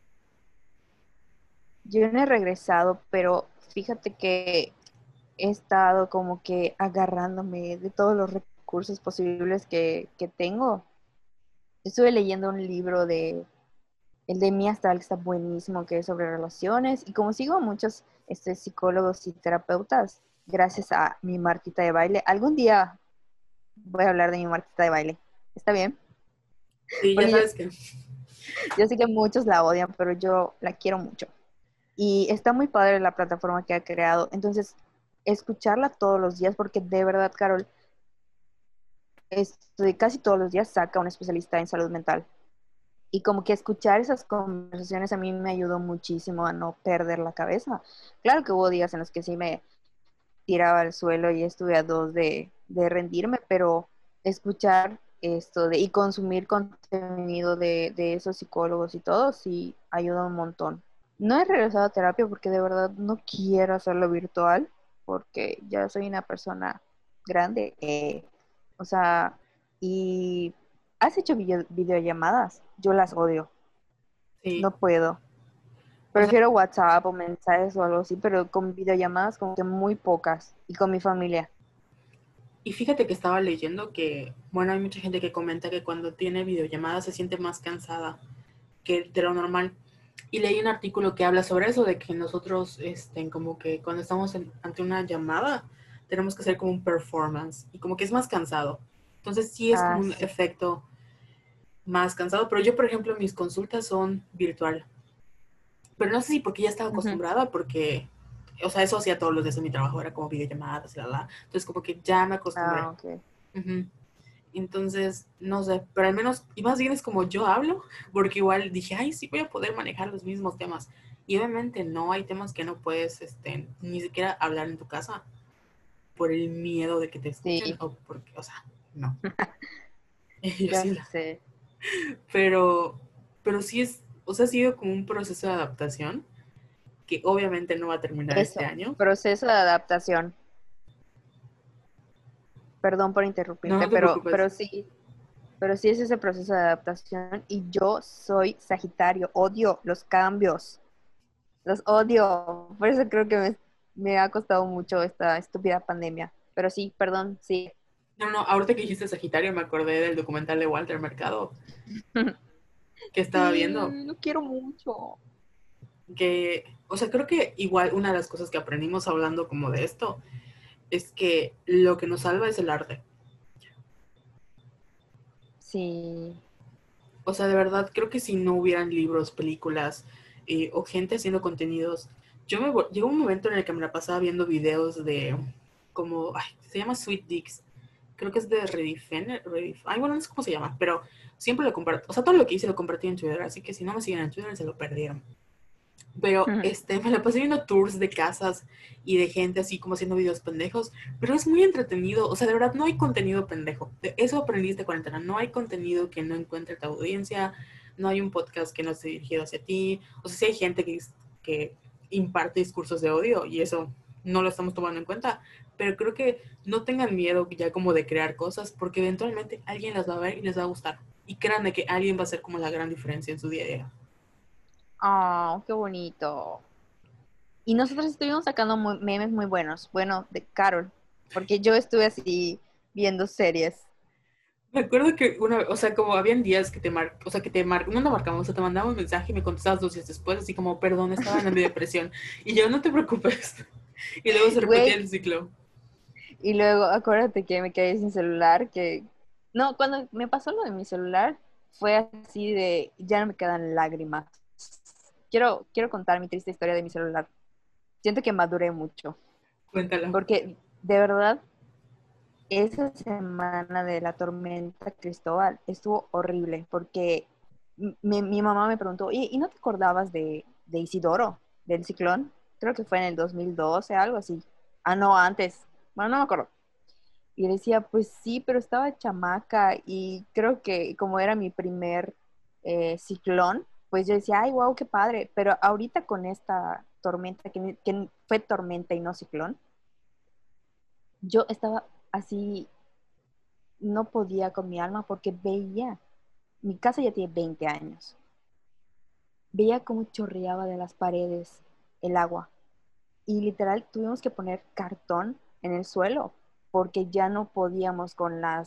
Yo no he regresado, pero fíjate que he estado como que agarrándome de todos los recursos posibles que tengo. Estuve leyendo un libro el de Mia Stahl, que está buenísimo, que es sobre relaciones. Y como sigo a muchos psicólogos y terapeutas, gracias a mi Martita de baile, algún día voy a hablar de mi Martita de baile. ¿Está bien? Sí, ya Porque sabes que yo sé que muchos la odian, pero yo la quiero mucho. Y está muy padre la plataforma que ha creado. Entonces, escucharla todos los días, porque de verdad, Carol, casi todos los días saca un especialista en salud mental. Y como que escuchar esas conversaciones a mí me ayudó muchísimo a no perder la cabeza. Claro que hubo días en los que sí me tiraba al suelo y estuve a dos de rendirme, pero escuchar y consumir contenido de esos psicólogos y todo sí ayuda un montón. No he regresado a terapia porque de verdad no quiero hacerlo virtual, porque ya soy una persona grande. O sea, y has hecho videollamadas, yo las odio, sí. no puedo. O sea, Prefiero WhatsApp o mensajes o algo así, pero con videollamadas como que muy pocas y con mi familia. y fíjate que estaba leyendo que, bueno, hay mucha gente que comenta que cuando tiene videollamadas se siente más cansada que de lo normal. Y leí un artículo que habla sobre eso, de que nosotros, como que cuando estamos ante una llamada, tenemos que hacer como un performance y como que es más cansado. Entonces sí es como Ah, un sí. efecto más cansado, pero yo, por ejemplo, mis consultas son virtual. Pero no sé si porque ya estaba Ujú. acostumbrada, porque, o sea, eso hacía todos los días de mi trabajo, era como videollamadas, la. Entonces como que ya me acostumbré. Ah, ok. Ujú. Entonces, no sé, pero al menos, y más bien es como yo hablo, porque igual dije, ay, sí voy a poder manejar los mismos temas. Y obviamente no, hay temas que no puedes, ni siquiera hablar en tu casa por el miedo de que te escuchen, Sí, o porque, o sea, no. Yo ya sí, sé. pero, pero sí es, o sea, ha sido como un proceso de adaptación que obviamente no va a terminar este Eso, año. proceso de adaptación. Perdón por No, interrumpirte, no te preocupes. pero sí es ese proceso de adaptación y yo soy Sagitario, odio los cambios, los odio. Por eso creo que me ha costado mucho esta estúpida pandemia. Pero sí, perdón, sí. No, no, ahorita que dijiste Sagitario me acordé del documental de Walter Mercado que estaba viendo, Sí, lo quiero mucho. que, o sea, creo que igual una de las cosas que aprendimos hablando como de esto es que lo que nos salva es el arte. Sí. O sea, de verdad, creo que si no hubieran libros, películas o gente haciendo contenidos, llegó un momento en el que me la pasaba viendo videos de como, ay, se llama Sweet Dicks, creo que es de ay, bueno, no sé cómo se llama, pero siempre lo comparto, o sea, todo lo que hice lo compartí en Twitter, así que si no me siguen en Twitter se lo perdieron. Pero me la pasé viendo tours de casas y de gente así como haciendo videos pendejos, pero es muy entretenido, o sea, de verdad no hay contenido pendejo. De eso aprendí esta cuarentena, no hay contenido que no encuentre tu audiencia, no hay un podcast que no esté dirigido hacia ti, o sea, sí hay gente que imparte discursos de odio y eso no lo estamos tomando en cuenta, pero creo que no tengan miedo ya como de crear cosas porque eventualmente alguien las va a ver y les va a gustar. Y créanme que alguien va a hacer como la gran diferencia en su día a día. Oh, qué bonito. Y nosotros estuvimos sacando memes muy buenos. Bueno, de Carol, porque yo estuve así viendo series. Me acuerdo que o sea, como habían días que o sea, no nos marcamos, o sea, te mandaba un mensaje y me contestabas 2 días después, así como, perdón, estaba en mi depresión. Y yo, no te preocupes. Y luego se repetía Güey, el ciclo. y luego acuérdate que me quedé sin celular, que... No, cuando me pasó lo de mi celular, fue así de, ya no me quedan lágrimas. Quiero contar mi triste historia de mi celular. Siento que maduré mucho, Cuéntala. porque de verdad, esa semana de la tormenta Cristóbal estuvo horrible, porque mi mamá me preguntó, ¿y no te acordabas de Isidoro, del ciclón? Creo que fue en el 2012, algo así. Ah, no, antes. Bueno, no me acuerdo. Y decía, pues sí, pero estaba chamaca y creo que como era mi primer ciclón, pues yo decía, ay, wow, qué padre. Pero ahorita con esta tormenta, que fue tormenta y no ciclón, yo estaba así, no podía con mi alma porque veía, mi casa ya tiene 20 años, veía cómo chorreaba de las paredes el agua y literal tuvimos que poner cartón en el suelo porque ya no podíamos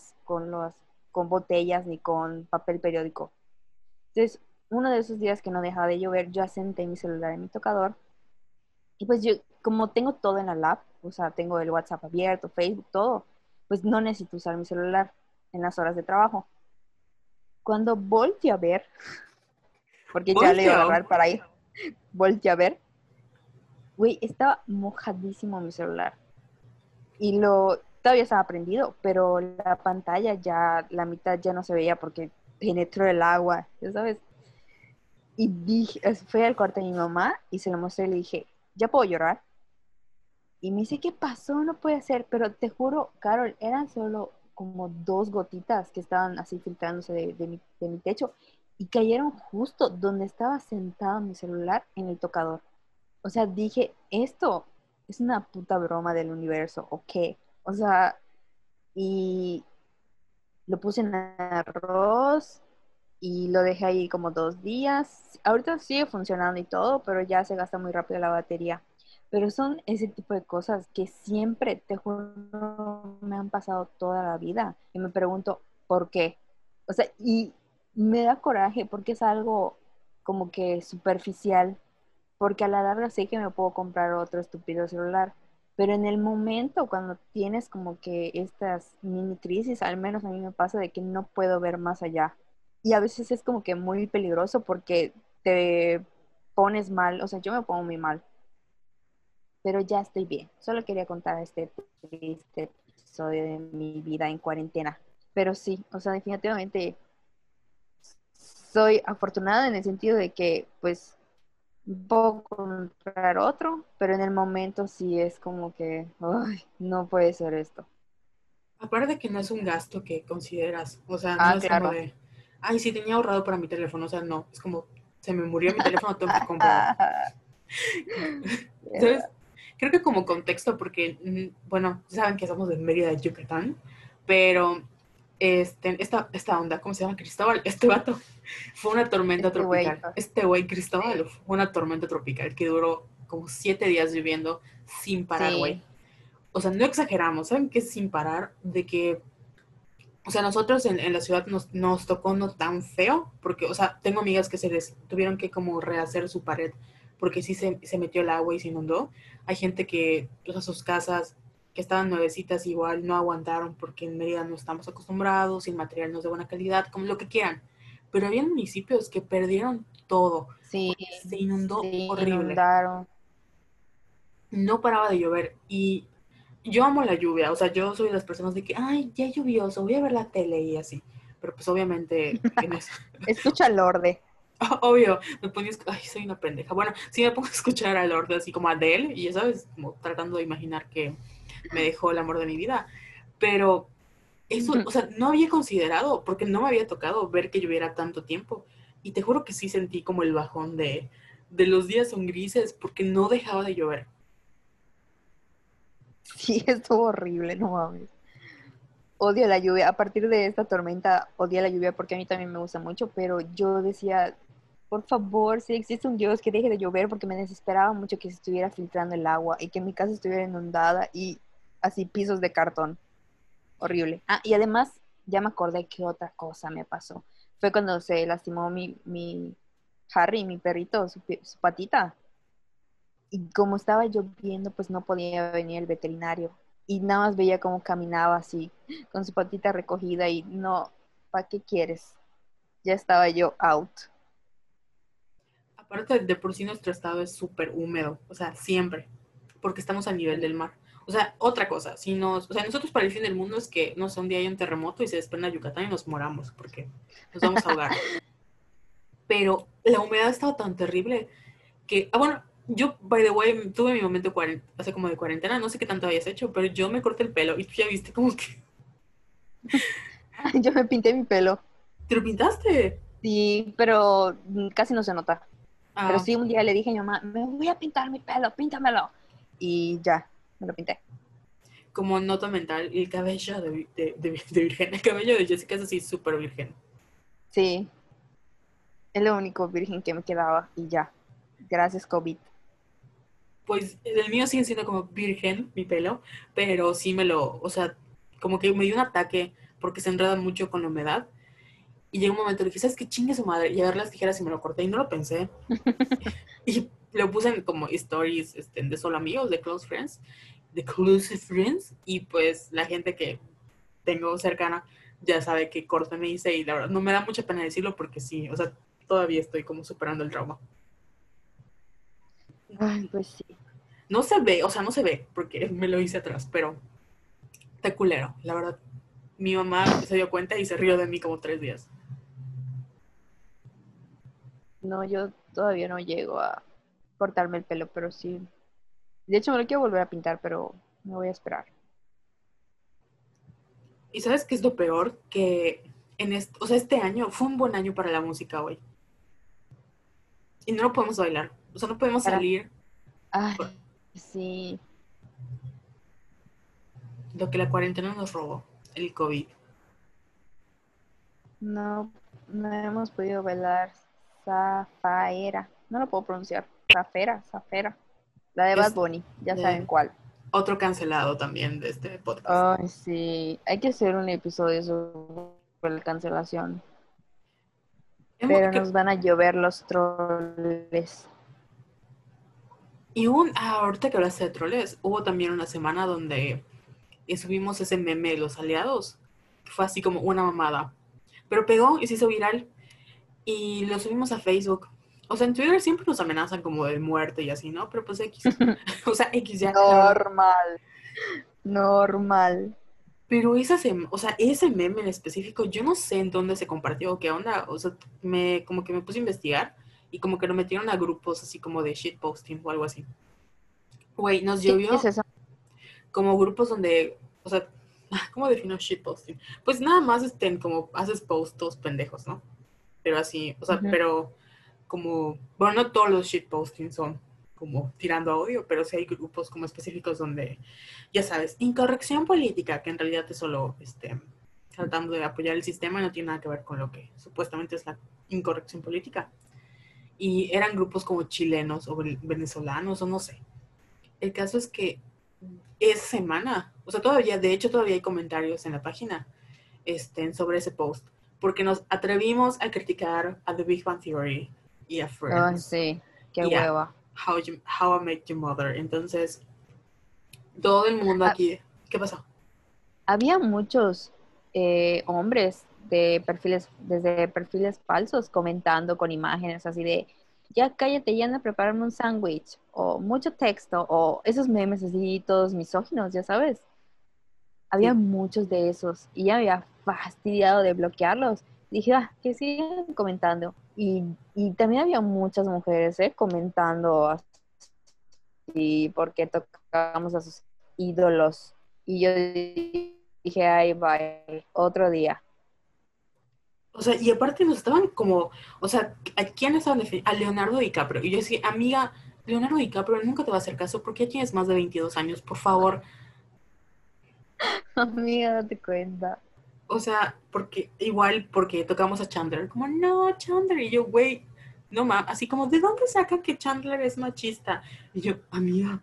con botellas ni con papel periódico. Entonces, uno de esos días que no dejaba de llover, yo senté mi celular en mi tocador y pues yo, como tengo todo en la lap, o sea, tengo el WhatsApp abierto, Facebook, todo, pues no necesito usar mi celular en las horas de trabajo. Cuando volteé a ver, porque ya le iba a Volteo. agarrar para ir, volteé a ver, güey, estaba mojadísimo mi celular. Y todavía estaba prendido, pero la pantalla ya, la mitad ya no se veía porque penetró el agua, ya sabes. Y dije, fui al cuarto de mi mamá y se lo mostré y le dije, ¿ya puedo llorar? Y me dice, ¿qué pasó? No puede ser, pero te juro, Carol, eran solo como 2 gotitas que estaban así filtrándose de mi techo y cayeron justo donde estaba sentado mi celular en el tocador. O sea, dije, esto es una puta broma del universo, ¿o qué? O sea, y lo puse en arroz y lo dejé ahí como 2 días. Ahorita sigue funcionando y todo, pero ya se gasta muy rápido la batería. Pero son ese tipo de cosas que siempre, te juro, me han pasado toda la vida. Y me pregunto, ¿por qué? O sea, y me da coraje porque es algo como que superficial, porque a la larga sé que me puedo comprar otro estúpido celular, pero en el momento cuando tienes como que estas mini crisis, al menos a mí me pasa de que no puedo ver más allá. Y a veces es como que muy peligroso porque te pones mal, o sea, yo me pongo muy mal, pero ya estoy bien. Solo quería contar este triste episodio de mi vida en cuarentena. Pero sí, o sea, definitivamente soy afortunada en el sentido de que, pues, puedo comprar otro, pero en el momento sí es como que, ay, no puede ser esto. Aparte que no es un gasto que consideras, o sea, no Ah, es como claro. de, ay, sí tenía ahorrado para mi teléfono, o sea, no, es como, se me murió mi teléfono, tengo que comprarlo. ¿Sabes? Creo que como contexto, porque, bueno, saben que somos de Mérida, Yucatán, pero esta onda, ¿cómo se llama? Cristóbal, este vato, fue una tormenta Este güey. tropical. Este güey, Cristóbal, Sí, fue una tormenta tropical que duró como 7 días lloviendo sin parar, güey. sí, O sea, no exageramos, ¿saben qué es sin parar? De que o sea, nosotros en la ciudad nos tocó no tan feo, porque, o sea, tengo amigas que se les tuvieron que como rehacer su pared, porque sí se metió el agua y se inundó. Hay gente que, o sea, sus casas que estaban nuevecitas igual no aguantaron porque en Mérida no estamos acostumbrados, el material no es de buena calidad, como lo que quieran. Pero había municipios que perdieron todo, sí, porque se se inundó horrible. inundaron. No paraba de llover y yo amo la lluvia, o sea, yo soy de las personas de que, ay, ya lluvioso, voy a ver la tele y así. Pero pues obviamente en eso, Escucha al Lorde. obvio, me ponía, ay, soy una pendeja. Bueno, sí me pongo a escuchar a Lorde así como a Adele y ya sabes, como tratando de imaginar que me dejó el amor de mi vida. Pero eso, o sea, no había considerado, porque no me había tocado ver que lloviera tanto tiempo. Y te juro que sí sentí como el bajón de los días son grises porque no dejaba de llover. Sí, estuvo horrible, no mames. Odio la lluvia. A partir de esta tormenta, odio la lluvia porque a mí también me gusta mucho, pero yo decía, por favor, si existe un Dios que deje de llover porque me desesperaba mucho que se estuviera filtrando el agua y que mi casa estuviera inundada y así pisos de cartón. Horrible. Ah, y además, ya me acordé que otra cosa me pasó. Fue cuando se lastimó mi Harry, mi perrito, su patita. Y como estaba lloviendo, pues no podía venir el veterinario. Y nada más veía cómo caminaba así, con su patita recogida y no, ¿para qué quieres? Ya estaba yo out. Aparte de por sí nuestro estado es súper húmedo, o sea, siempre, porque estamos al nivel del mar. O sea, otra cosa, si nos, o sea, nosotros para el fin del mundo es que, no sé, un día hay un terremoto y se desprenda Yucatán y nos moramos, porque nos vamos a ahogar. Pero la humedad estaba tan terrible que, bueno, yo, by the way, tuve mi momento hace como de cuarentena, no sé qué tanto habías hecho, pero yo me corté el pelo y tú ya viste como que, Yo me pinté mi pelo. ¿te lo pintaste? Sí, pero casi no se nota. Pero Ah, sí, un día le dije a mi mamá, me voy a pintar mi pelo, píntamelo. Y ya, me lo pinté. como nota mental, el cabello de virgen, el cabello de Jessica es así súper virgen. Sí, es lo único virgen que me quedaba y ya. Gracias, COVID. Pues el mío sigue siendo como virgen, mi pelo, pero sí o sea, como que me dio un ataque porque se enreda mucho con la humedad. Y llegó un momento en que dije, ¿sabes qué? Chingue su madre. Y agarré las tijeras y me lo corté y no lo pensé. Y lo puse en como stories de solo amigos, de close friends. Y pues la gente que tengo cercana ya sabe qué corte me hice y la verdad no me da mucha pena decirlo porque sí, o sea, todavía estoy como superando el trauma. Ay, pues sí. No se ve, o sea, no se ve porque me lo hice atrás, pero está culero, la verdad. Mi mamá se dio cuenta y se rió de mí como 3 días. No, yo todavía no llego a cortarme el pelo, pero sí. De hecho, me lo quiero volver a pintar, pero me voy a esperar. ¿Y sabes qué es lo peor? Que o sea, este año fue un buen año para la música, güey. Y no lo podemos bailar. O sea, no podemos Para... salir por Ay, sí. lo que la cuarentena nos robó, el COVID. No, no hemos podido bailar Zafaera. No lo puedo pronunciar. Zafera. La de Bad Es Bunny, ya saben de cuál. otro cancelado también de este podcast. Ay, sí. Hay que hacer un episodio sobre la cancelación. Pero Que, nos van a llover los troles. y ahorita que hablaste de troles, hubo también una semana donde subimos ese meme de los aliados. Que fue así como una mamada. Pero pegó y se hizo viral. Y lo subimos a Facebook. O sea, en Twitter siempre nos amenazan como de muerte y así, ¿no? Pero pues X. O sea, X ya, la verdad. Normal, normal. Pero o sea, ese meme en específico, yo no sé en dónde se compartió o qué onda. O sea, como que me puse a investigar y como que lo metieron a grupos así como de shitposting o algo así. Güey, nos ¿Qué es llovió eso? como grupos donde, o sea, ¿cómo defino shitposting? Pues nada más como haces posts pendejos, ¿no? Pero así, o sea, Ujú. pero como, bueno, no todos los shitposting son como tirando a odio, pero sí hay grupos como específicos donde, ya sabes, incorrección política, que en realidad es solo tratando de apoyar el sistema y no tiene nada que ver con lo que supuestamente es la incorrección política. Y eran grupos como chilenos o venezolanos o no sé. El caso es que esa semana, o sea, todavía, de hecho, todavía hay comentarios en la página sobre ese post, porque nos atrevimos a criticar a The Big Bang Theory y a Ay, Friends sí, qué y a hueva. How I Met Your Mother. Entonces, todo el mundo Ha- aquí, ¿qué pasó? Había muchos hombres de perfiles, desde perfiles falsos, comentando con imágenes así de, ya cállate, ya anda a prepararme un sándwich, o mucho texto, o esos memes así, todos misóginos, ya sabes. Había Sí. muchos de esos y ya me había fastidiado de bloquearlos. Dije, ah, que sigan comentando. Y también había muchas mujeres, comentando así porque tocábamos a sus ídolos. Y yo dije, ay, bye, otro día. O sea, y aparte nos estaban como, o sea, ¿a quién estaban defendiendo? A Leonardo DiCaprio. Y yo decía, amiga, Leonardo DiCaprio nunca te va a hacer caso porque ya tienes más de 22 años, por favor. Amiga, date cuenta. O sea, porque tocamos a Chandler. Como, no, Chandler. Y yo, güey, no mames. Así como, ¿de dónde saca que Chandler es machista? Y yo, amiga.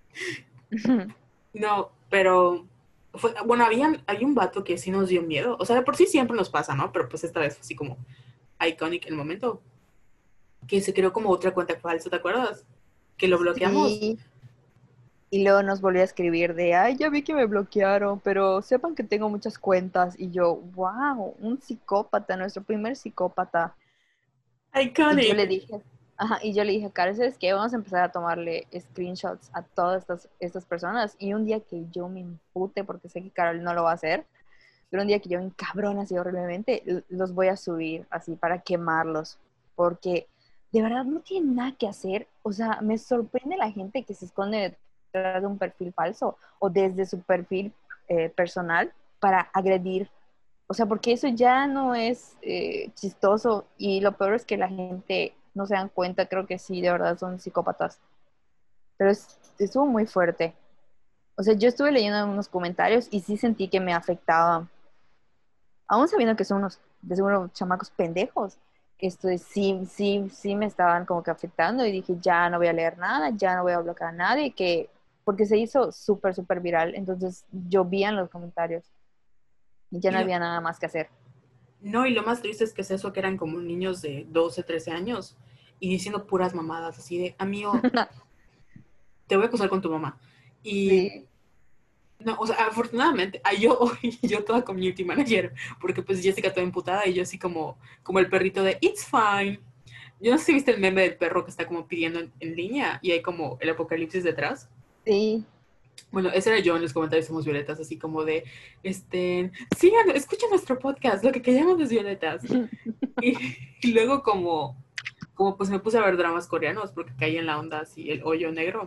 No, pero bueno, hay un vato que sí nos dio miedo. O sea, de por sí siempre nos pasa, ¿no? Pero pues esta vez fue así como iconic el momento. Que se creó como otra cuenta falsa, ¿te acuerdas? Que lo bloqueamos. Sí, y luego nos volvió a escribir de, ay, ya vi que me bloquearon, pero sepan que tengo muchas cuentas. Y yo, wow, un psicópata, nuestro primer psicópata. Y yo le Iconic. dije, ajá, y yo le dije, Carlos, ¿sabes qué? Vamos a empezar a tomarle screenshots a todas estas personas. Y un día que yo me impute, porque sé que Carol no lo va a hacer, pero un día que yo me encabrone así horriblemente, los voy a subir así para quemarlos. Porque de verdad no tienen nada que hacer. O sea, me sorprende la gente que se esconde detrás de un perfil falso o desde su perfil personal para agredir, o sea, porque eso ya no es chistoso y lo peor es que la gente no se dan cuenta, creo que sí, de verdad son psicópatas. Pero estuvo muy fuerte. O sea, yo estuve leyendo unos comentarios y sí sentí que me afectaba, aún sabiendo que son unos, de seguro, chamacos pendejos. Esto sí me estaban como que afectando y dije, ya no voy a leer nada, ya no voy a bloquear a nadie, porque se hizo súper viral. Entonces llovían los comentarios y ya Y no lo, había nada más que hacer. no, y lo más triste es que es eso, que eran como niños de 12, 13 años y diciendo puras mamadas, así de, amigo, te voy a acusar con tu mamá. Y Sí, no, o sea, afortunadamente, yo hoy, yo toda community manager, porque pues Jessica toda emputada y yo así como el perrito de It's fine. Yo no sé si viste el meme del perro que está como pidiendo en línea y hay como el apocalipsis detrás. sí, Bueno, ese era yo en los comentarios Somos Violetas, así como de, sigan, escuchen nuestro podcast, lo que callamos las violetas. Y, y luego como pues me puse a ver dramas coreanos porque caí en la onda así, el hoyo negro,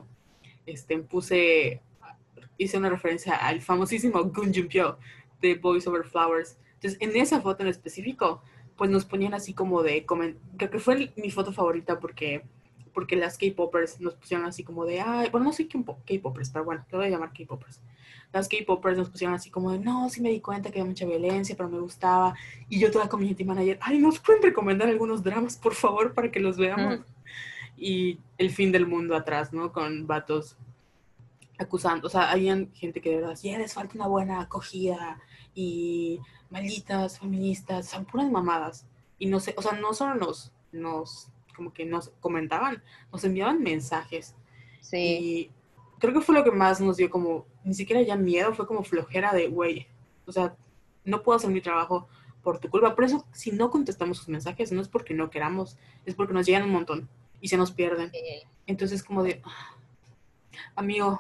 hice una referencia al famosísimo Gun Junpyo de Boys Over Flowers. Entonces, en esa foto en específico, pues nos ponían así como de, creo que fue mi foto favorita porque las K-Poppers nos pusieron así como de, ay, bueno, no soy K-Poppers, pero bueno, te voy a llamar K-Poppers. Las K-Poppers nos pusieron así como de, no, sí me di cuenta que había mucha violencia, pero me gustaba. Y yo toda community manager, ay, ¿nos pueden recomendar algunos dramas, por favor, para que los veamos? Y el fin del mundo atrás, ¿no? Con vatos acusando, o sea, habían gente que de verdad, ya les falta una buena acogida y malditas feministas, son puras mamadas. Y no sé, o sea, no solo como que nos comentaban, nos enviaban mensajes. sí, Y creo que fue lo que más nos dio como, ni siquiera ya miedo, fue como flojera de, güey, o sea, no puedo hacer mi trabajo por tu culpa. Por eso, si no contestamos sus mensajes, no es porque no queramos, es porque nos llegan un montón y se nos pierden. sí. Entonces, como de, amigo,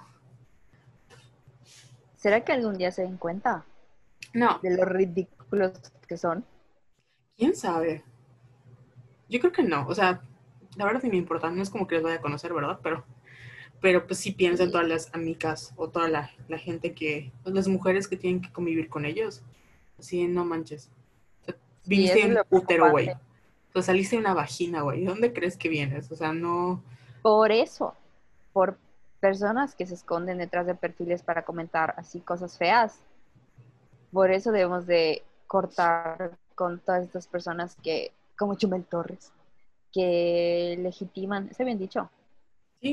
¿Será que algún día se den cuenta no, de lo ridículos que son? quién sabe. Yo creo que no, o sea, la verdad sí me importa, no es como que les vaya a conocer, ¿verdad? Pero pues sí piensa en Sí, todas las amigas o toda la gente las mujeres que tienen que convivir con ellos. Así, no manches. O sea, sí, viniste de eso es un lo útero, güey. preocupante. O sea, saliste de una vagina, güey. ¿De dónde crees que vienes? O sea, no. Por eso, por personas que se esconden detrás de perfiles para comentar así cosas feas, por eso debemos de cortar con todas estas personas que, como Chumel Torres, que legitiman, ¿está bien dicho? Sí,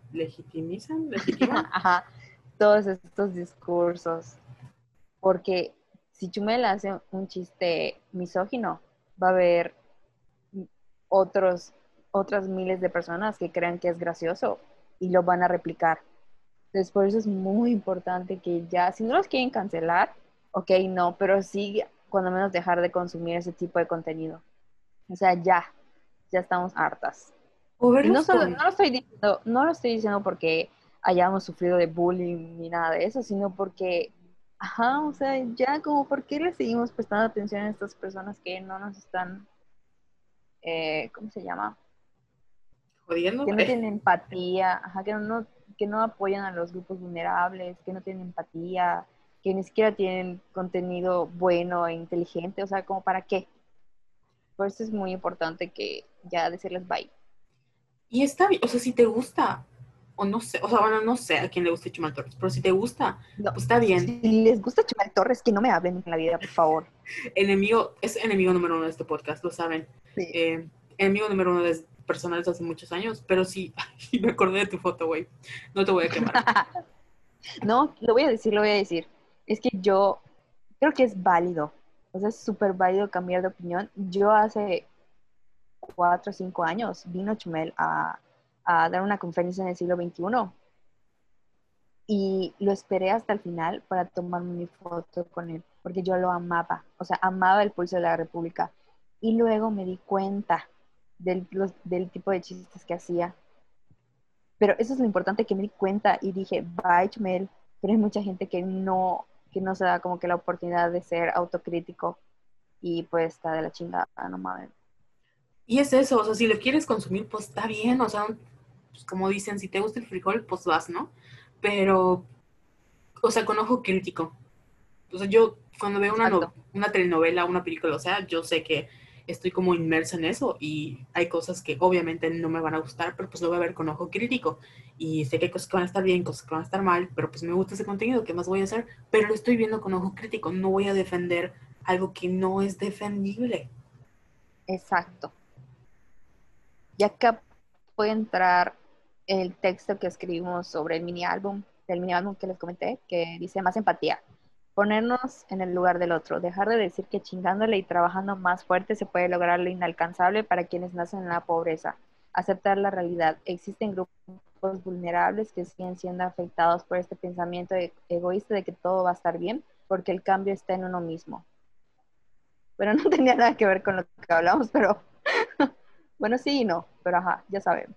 legitiman. Ajá, todos estos discursos, porque si Chumel hace un chiste misógino, va a haber otros, otras miles de personas que crean que es gracioso y lo van a replicar. Entonces, por eso es muy importante que ya, si no los quieren cancelar, ok, no, pero sí, cuando menos dejar de consumir ese tipo de contenido. O sea, ya estamos hartas. O Y no verlos solo, con. no lo estoy diciendo porque hayamos sufrido de bullying ni nada de eso, sino porque, ajá, o sea, ya como, ¿por qué le seguimos prestando atención a estas personas que no nos están, ¿cómo se llama? Jodiendo. Que no tienen empatía, ajá, que no apoyan a los grupos vulnerables, que no tienen empatía, que ni siquiera tienen contenido bueno e inteligente, o sea, como para qué. Por eso es muy importante que ya decirles bye. Y está bien, o sea, si te gusta, o no sé, o sea, bueno, no sé a quién le guste Chumel Torres, pero si te gusta, No, pues está bien. si les gusta Chumel Torres, que no me hablen en la vida, por favor. Es enemigo número uno de este podcast, lo saben. Sí. Eh, enemigo número uno de personales hace muchos años, pero sí, me acordé de tu foto, güey. No te voy a quemar. No, lo voy a decir. Es que yo creo que es válido, o sea, es súper válido cambiar de opinión. Yo hace 4 o 5 años vino Chumel a dar una conferencia en el siglo XXI y lo esperé hasta el final para tomarme mi foto con él, porque yo lo amaba, o sea, amaba el pulso de la República. Y luego me di cuenta del tipo de chistes que hacía. Pero eso es lo importante, que me di cuenta y dije, bye, Chumel, pero hay mucha gente que no se da como que la oportunidad de ser autocrítico y pues está de la chingada, no mames. Y es eso, o sea, si lo quieres consumir, pues está bien, o sea, pues como dicen, si te gusta el frijol, pues vas, ¿no? Pero, o sea, con ojo crítico. O sea, yo cuando veo Exacto. una telenovela, una película, o sea, yo sé que estoy como inmersa en eso y hay cosas que obviamente no me van a gustar, pero pues lo voy a ver con ojo crítico. y sé que hay cosas que van a estar bien, cosas que van a estar mal, pero pues me gusta ese contenido, ¿qué más voy a hacer? Pero lo estoy viendo con ojo crítico, no voy a defender algo que no es defendible. Exacto. Ya acá puede entrar el texto que escribimos sobre el mini álbum, del mini álbum que les comenté, que dice más empatía. Ponernos en el lugar del otro, dejar de decir que chingándole y trabajando más fuerte se puede lograr lo inalcanzable para quienes nacen en la pobreza. Aceptar la realidad. Existen grupos vulnerables que siguen siendo afectados por este pensamiento egoísta de que todo va a estar bien porque el cambio está en uno mismo. Pero no tenía nada que ver con lo que hablamos, pero bueno, sí y no, pero ajá, ya sabemos.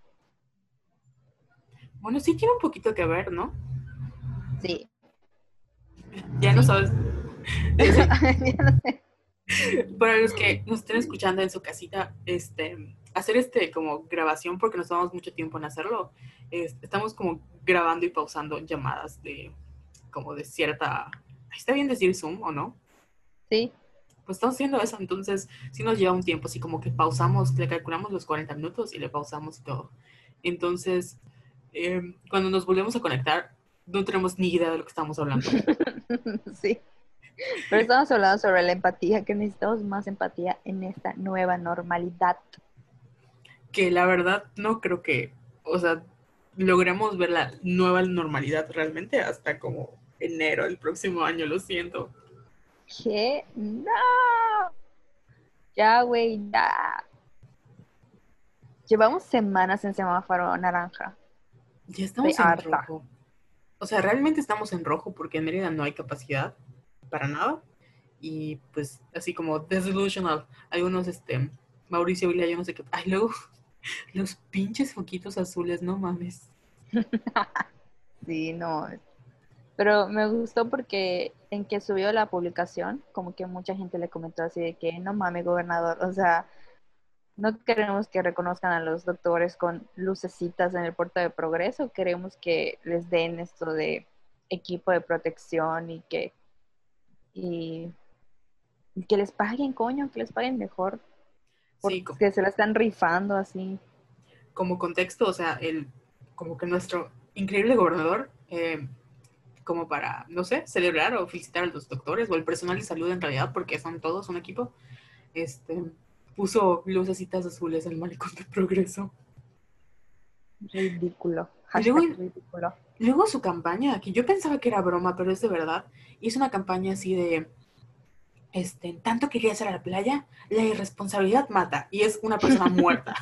Bueno, sí tiene un poquito que ver, ¿no? Sí, Ya no sí. sabes. Ya no sé. Para los que nos estén escuchando en su casita, hacer como grabación, porque nos tomamos mucho tiempo en hacerlo, estamos como grabando y pausando llamadas de como de cierta, ¿está bien decir Zoom o no? Sí. Pues estamos haciendo eso, entonces sí nos lleva un tiempo, así como que pausamos, le calculamos los 40 minutos y le pausamos y todo. Entonces, cuando nos volvemos a conectar, no tenemos ni idea de lo que estamos hablando. Sí. Pero estamos hablando sobre la empatía, que necesitamos más empatía en esta nueva normalidad. Que la verdad no creo que, o sea, logremos ver la nueva normalidad realmente hasta como enero del próximo año, lo siento. ¿Qué? No. Ya, güey, ya. Llevamos semanas en semáforo naranja. Ya Estoy estamos en harta. rojo. O sea, realmente estamos en rojo porque en Mérida no hay capacidad para nada. Y pues así como desillusional, algunos, Mauricio Vila, yo no sé qué. Ay, luego los pinches foquitos azules, no mames. Sí, no. Pero me gustó porque en que subió la publicación, como que mucha gente le comentó así de que no mames, gobernador, o sea, no queremos que reconozcan a los doctores con lucecitas en el puerto de Progreso, queremos que les den esto de equipo de protección y, y que les paguen, coño, que les paguen mejor, Sí, porque se la están rifando así. como contexto, o sea, como que nuestro increíble gobernador, como para, no sé, celebrar o felicitar a los doctores o el personal de salud en realidad, porque son todos un equipo, este, puso lucecitas azules en el malecón de Progreso. Ridículo. Y luego, Hashtag ridículo. luego su campaña, que yo pensaba que era broma, pero es de verdad, hizo una campaña así de, tanto quería hacer a la playa, la irresponsabilidad mata, y es una persona muerta.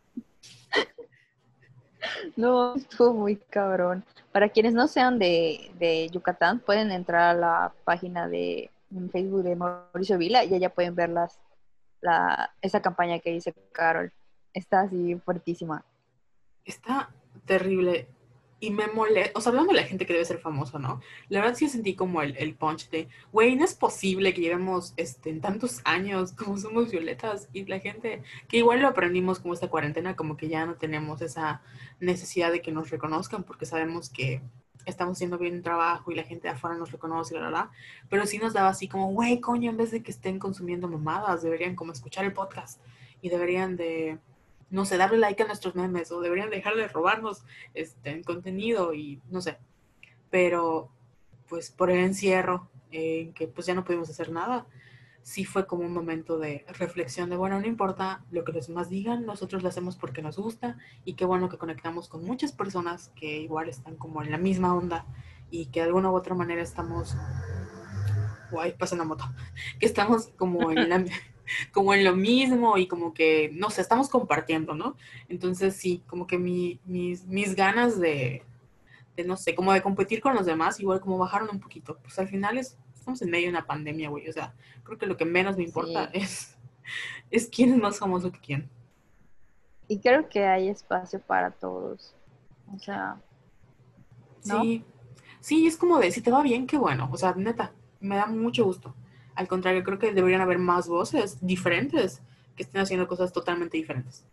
No, estuvo muy cabrón. Para quienes no sean de Yucatán, pueden entrar a la página de en Facebook de Mauricio Vila y allá pueden ver esa campaña que dice Carol. Está así fuertísima. Está terrible. Y me molesta, o sea, hablando de la gente que debe ser famosa, ¿no? La verdad sí sentí como el punch de, güey, no es posible que llevemos en tantos años como somos violetas y la gente, que igual lo aprendimos como esta cuarentena, como que ya no tenemos esa necesidad de que nos reconozcan porque sabemos que estamos haciendo bien un trabajo y la gente de afuera nos reconoce, pero sí nos daba así como, güey, coño, en vez de que estén consumiendo mamadas, deberían como escuchar el podcast y deberían de no sé, darle like a nuestros memes o deberían dejar de robarnos contenido y no sé. Pero pues por el encierro, que pues ya no pudimos hacer nada, sí fue como un momento de reflexión de, bueno, no importa lo que los demás digan, nosotros lo hacemos porque nos gusta y qué bueno que conectamos con muchas personas que igual están como en la misma onda y que de alguna u otra manera estamos, guay, pasa una moto, que estamos como en la, como en lo mismo y como que, no sé, estamos compartiendo, ¿no? Entonces sí, como que mis ganas no sé, como de competir con los demás, igual como bajaron un poquito. Pues al final estamos en medio de una pandemia, güey. O sea, creo que lo que menos me importa Sí. es quién es más famoso que quién. Y creo que hay espacio para todos. O sea, ¿no? Sí, sí, es como de, si te va bien, qué bueno. O sea, neta, me da mucho gusto. Al contrario, creo que deberían haber más voces diferentes que estén haciendo cosas totalmente diferentes.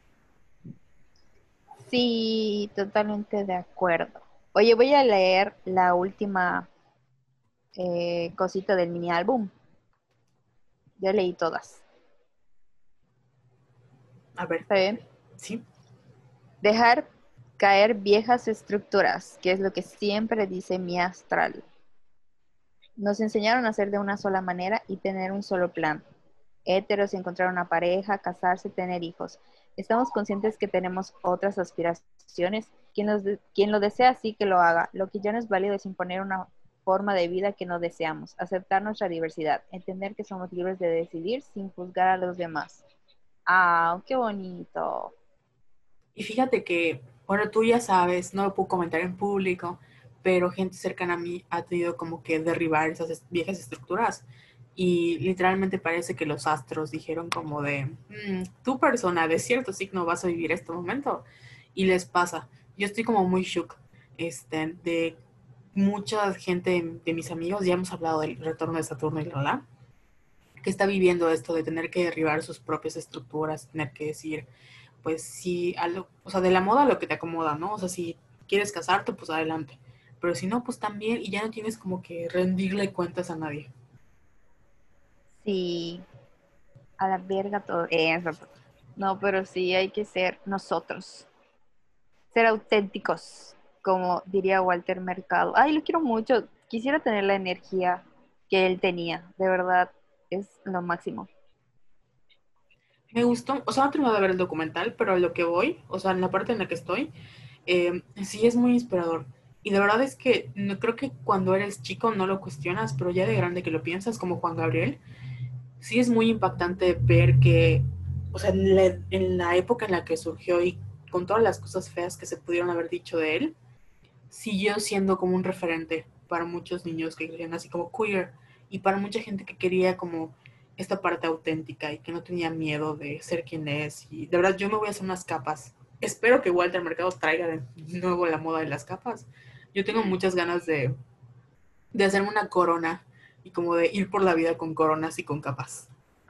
Sí, totalmente de acuerdo. Oye, voy a leer la última cosita del mini álbum. Ya leí todas. A ver, ¿Está bien? sí, Dejar Caer viejas estructuras, que es lo que siempre dice mi astral. Nos enseñaron a hacer de una sola manera y tener un solo plan. Héteros, encontrar una pareja, casarse, tener hijos. Estamos conscientes que tenemos otras aspiraciones. Quien lo desea, sí que lo haga. Lo que ya no es válido es imponer una forma de vida que no deseamos, aceptar nuestra diversidad, entender que somos libres de decidir sin juzgar a los demás. ¡Ah, qué bonito! Y fíjate que, bueno, tú ya sabes, no lo puedo comentar en público, pero gente cercana a mí ha tenido como que derribar esas viejas estructuras. Y literalmente parece que los astros dijeron como de, tu persona de cierto signo vas a vivir este momento. Y les pasa. Yo estoy como muy shook, de mucha gente de mis amigos, ya hemos hablado del retorno de Saturno y la, que está viviendo esto de tener que derribar sus propias estructuras, tener que decir, pues sí, o sea, de la moda lo que te acomoda, ¿no? O sea, si quieres casarte, pues adelante. Pero si no, pues también, y ya no tienes como que rendirle cuentas a nadie. Sí, a la verga todo eso. No, pero sí hay que ser nosotros, ser auténticos, como diría Walter Mercado. Ay, lo quiero mucho. Quisiera tener la energía que él tenía. De verdad, es lo máximo. Me gustó, o sea, no he terminado de ver el documental, pero a lo que voy, o sea, en la parte en la que estoy, sí es muy inspirador. Y la verdad es que no, creo que cuando eres chico no lo cuestionas, pero ya de grande que lo piensas, como Juan Gabriel, sí es muy impactante ver que, o sea, en la época en la que surgió y con todas las cosas feas que se pudieron haber dicho de él, siguió siendo como un referente para muchos niños que querían así como queer y para mucha gente que quería como esta parte auténtica y que no tenía miedo de ser quien es. Y de verdad yo me voy a hacer unas capas. Espero que Walter Mercado traiga de nuevo la moda de las capas. Yo tengo muchas ganas de hacerme una corona y como de ir por la vida con coronas y con capas.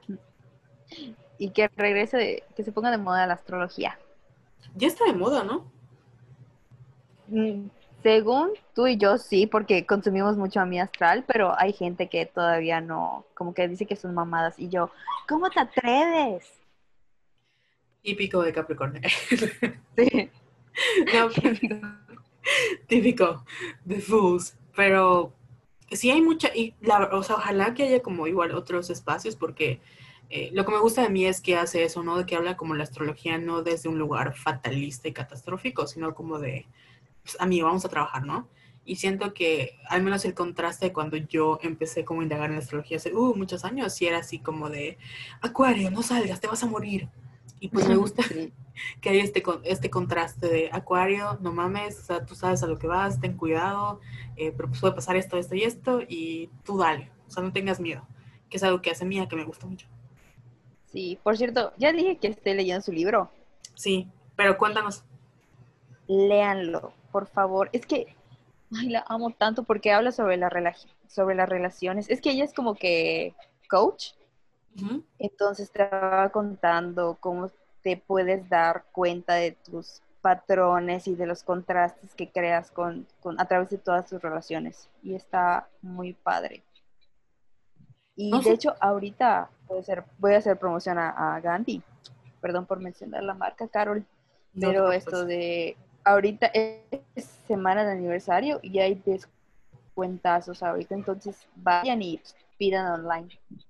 Y que regrese, que se ponga de moda la astrología. Ya está de moda, ¿no? Mm, Según tú y yo, sí, porque consumimos mucho a mi astral, pero hay gente que todavía no, como que dice que son mamadas. Y yo, ¿cómo te atreves? Típico de Capricornio. Sí. No, típico de Fools. Pero sí hay mucha, o sea, ojalá que haya como igual otros espacios, porque lo que me gusta de mí es que hace eso, ¿no? De que habla como la astrología no desde un lugar fatalista y catastrófico, sino como de, pues, amigo, vamos a trabajar, ¿no? Y siento que al menos el contraste cuando yo empecé como a indagar en la astrología hace muchos años, sí era así como de, Acuario, no salgas, te vas a morir. Y pues me gusta Sí. que hay este contraste de Acuario, no mames, o sea, tú sabes a lo que vas, ten cuidado, pero pues puede pasar esto, esto y esto, y tú dale, o sea, no tengas miedo, que es algo que hace mía, que me gusta mucho. Sí, por cierto, ya dije que esté leyendo su libro. Sí, pero cuéntanos. Léanlo, por favor. Es que, ay, la amo tanto porque habla sobre sobre las relaciones. Es que ella es como que coach, Ujú. entonces te va contando cómo te puedes dar cuenta de tus patrones y de los contrastes que creas a través de todas tus relaciones. Y está muy padre. Y No de sé, hecho, ahorita voy a hacer promoción a Gandhi. Perdón por mencionar la marca, Carol, no te pero esto preocupes. de ahorita es semana de aniversario y hay descuentazos ahorita, entonces vayan y pidan online.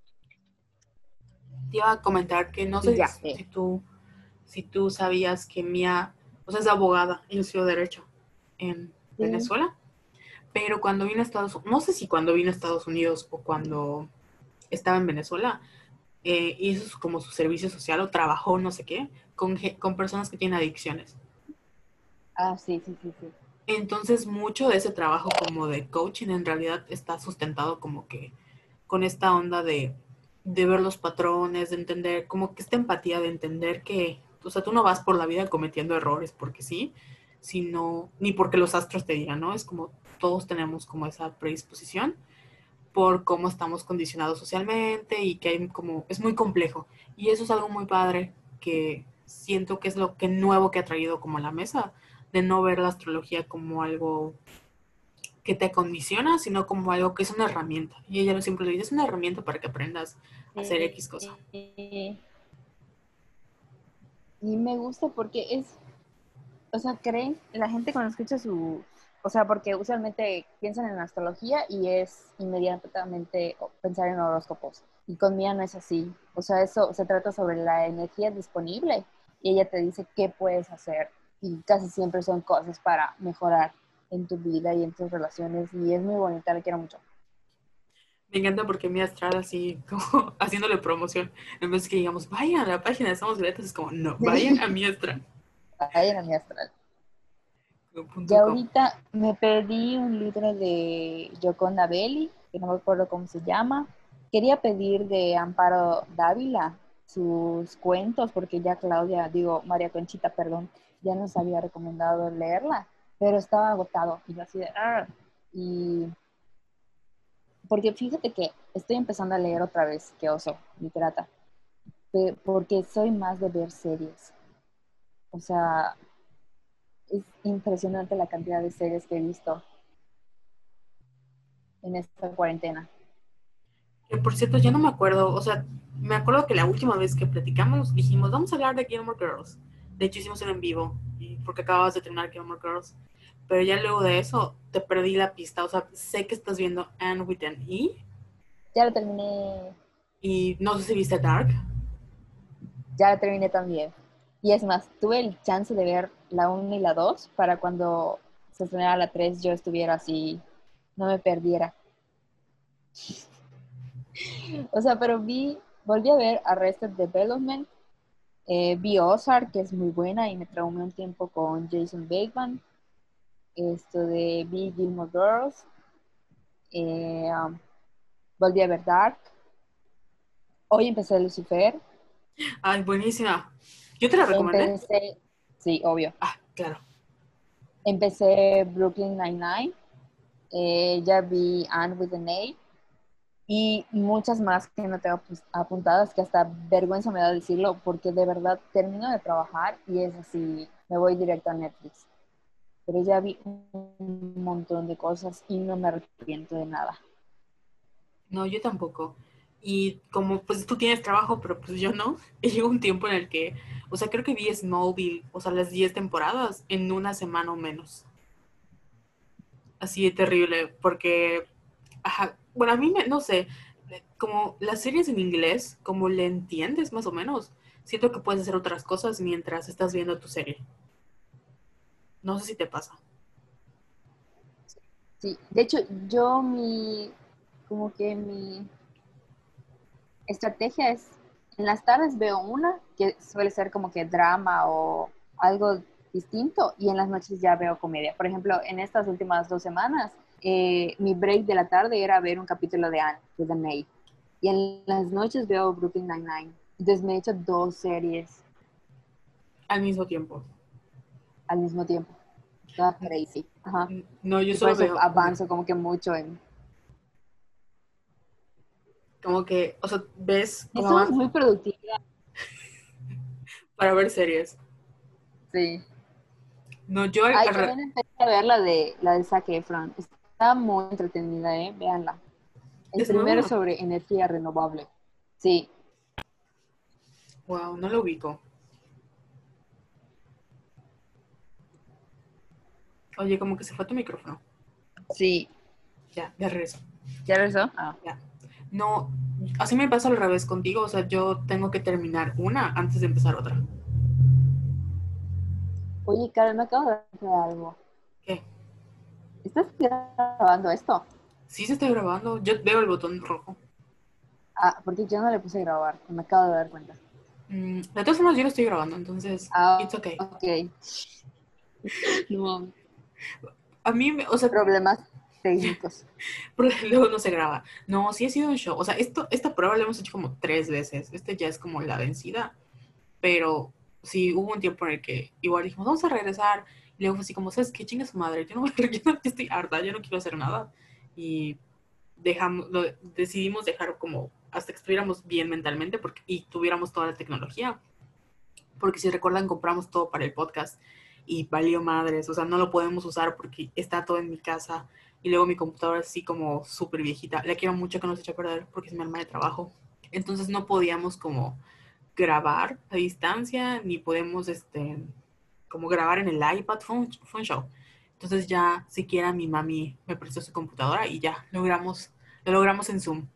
Te iba a comentar que no Y sé ya. si tú sabías que Mía, o sea, es abogada y estudió Derecho en Sí. Venezuela, pero cuando vino a Estados Unidos, no sé si cuando vino a Estados Unidos o cuando estaba en Venezuela, hizo como su servicio social o trabajó, no sé qué, con personas que tienen adicciones. Ah, sí, sí, sí, sí. Entonces, mucho de ese trabajo como de coaching en realidad está sustentado como que con esta onda de ver los patrones, de entender, como que esta empatía de entender que, o sea, tú no vas por la vida cometiendo errores porque sí, sino, ni porque los astros te digan, ¿no? Es como todos tenemos como esa predisposición por cómo estamos condicionados socialmente y que hay como, es muy complejo. Y eso es algo muy padre que siento que es lo que nuevo que ha traído como a la mesa, de no ver la astrología como algo que te condiciona, sino como algo que es una herramienta. Y ella siempre le dice, es una herramienta para que aprendas a hacer X cosa. Y me gusta porque es, O sea, creen, la gente cuando escucha su, o sea, porque usualmente piensan en astrología y es inmediatamente pensar en horóscopos. Y con Mía no es así. O sea, eso se trata sobre la energía disponible y ella te dice qué puedes hacer. Y casi siempre son cosas para mejorar en tu vida y en tus relaciones. Y es muy bonita, la quiero mucho. Me encanta porque mi astral así como haciéndole promoción. En vez de que digamos, vayan a la página de Somos Gretas, es como, no, vayan a mi astral. Vayan a mi astral. Punto Ya com. ahorita me pedí un libro de Yoconda Belli, que no me acuerdo cómo se llama. Quería pedir de Amparo Dávila sus cuentos, porque ya Claudia, digo, María Conchita, perdón, ya nos había recomendado leerla, pero estaba agotado. Y yo así de, "Ah". Y porque fíjate que estoy empezando a leer otra vez, qué oso, literata, porque soy más de ver series. O sea, es impresionante la cantidad de series que he visto en esta cuarentena. Que por cierto, ya no me acuerdo, o sea, me acuerdo que la última vez que platicamos dijimos, vamos a hablar de Gilmore Girls. De hecho, hicimos un en vivo, y porque acababas de terminar Gilmore Girls. Pero ya luego de eso, te perdí la pista. O sea, sé que estás viendo Anne with an E, Ya lo terminé, y no sé si viste Dark. ya lo terminé también. Y es más, tuve el chance de ver la 1 y la 2 para cuando se estrenara la 3 yo estuviera así, no me perdiera. O sea, pero volví a ver Arrested Development, vi Ozark, que es muy buena y me traumé un tiempo con Jason Bateman, esto de vi Gilmore Girls, volví a ver Dark, hoy empecé Lucifer, Ay, buenísima. Yo te la recomendé. empecé, sí, obvio, Ah, claro. empecé Brooklyn Nine-Nine, ya vi Anne with an A y muchas más que no tengo apuntadas, que hasta vergüenza me da decirlo, porque de verdad termino de trabajar y es así, me voy directo a Netflix. Pero ya vi un montón de cosas y no me arrepiento de nada. No, yo tampoco. Y como pues tú tienes trabajo, pero pues yo no, y llegó un tiempo en el que, o sea, creo que vi Smallville, o sea, las 10 temporadas en una semana o menos. Así de terrible, porque, ajá, bueno, a mí me, no sé, como las series en inglés, como le entiendes más o menos, siento que puedes hacer otras cosas mientras estás viendo tu serie. No sé si te pasa. Sí, de hecho, yo como que mi estrategia es, en las tardes veo una que suele ser como que drama o algo distinto y en las noches ya veo comedia. Por ejemplo, en estas últimas 2 semanas, mi break de la tarde era ver un capítulo de Anne, de The Maid. Y en las noches veo Brooklyn Nine-Nine. Entonces me he hecho 2 series Al mismo tiempo. al mismo tiempo. Toda crazy. Ajá. No, yo Y por solo eso veo una. avanzo como que mucho en... Como que, o sea, ves cómo Eso es avanza muy productiva. para ver series. Sí. No, yo Ay, también empecé a ver la de Zac Efron. Está muy entretenida, ¿eh? Véanla. El es primero es nueva. sobre energía renovable. Sí, Wow, no lo ubico. Oye, como que se fue tu micrófono. sí. Ya regreso. ¿Ya regresó? Ah. Ya. No, así me pasa al revés contigo. O sea, yo tengo que terminar una antes de empezar otra. Oye, Carol, me acabo de hacer algo. ¿Qué? ¿Estás grabando esto? Sí se está grabando. Yo veo el botón rojo. Ah, porque yo no le puse grabar. Me acabo de dar cuenta. De todas formas, yo lo estoy grabando, entonces, it's Ah, okay. ok. No, A mí, o sea, problemas técnicos. porque luego no se graba. No, sí ha sido un show. O sea, esta prueba la hemos hecho como 3 veces. Este ya es como la vencida. Pero sí hubo un tiempo en el que igual dijimos, vamos a regresar. Y luego fue así como, ¿sabes qué? Chinga su madre. Yo no, yo estoy harta, yo no quiero hacer nada. Y decidimos dejar como hasta que estuviéramos bien mentalmente y tuviéramos toda la tecnología. Porque si recuerdan, compramos todo para el podcast y valió madres. O sea, no lo podemos usar porque está todo en mi casa. Y luego mi computadora es así como súper viejita. La quiero mucho que no se eche a perder porque es mi arma de trabajo. Entonces no podíamos como grabar a distancia, ni podemos como grabar en el iPad, fue un show. Entonces ya siquiera mi mami me prestó su computadora y ya lo logramos en Zoom.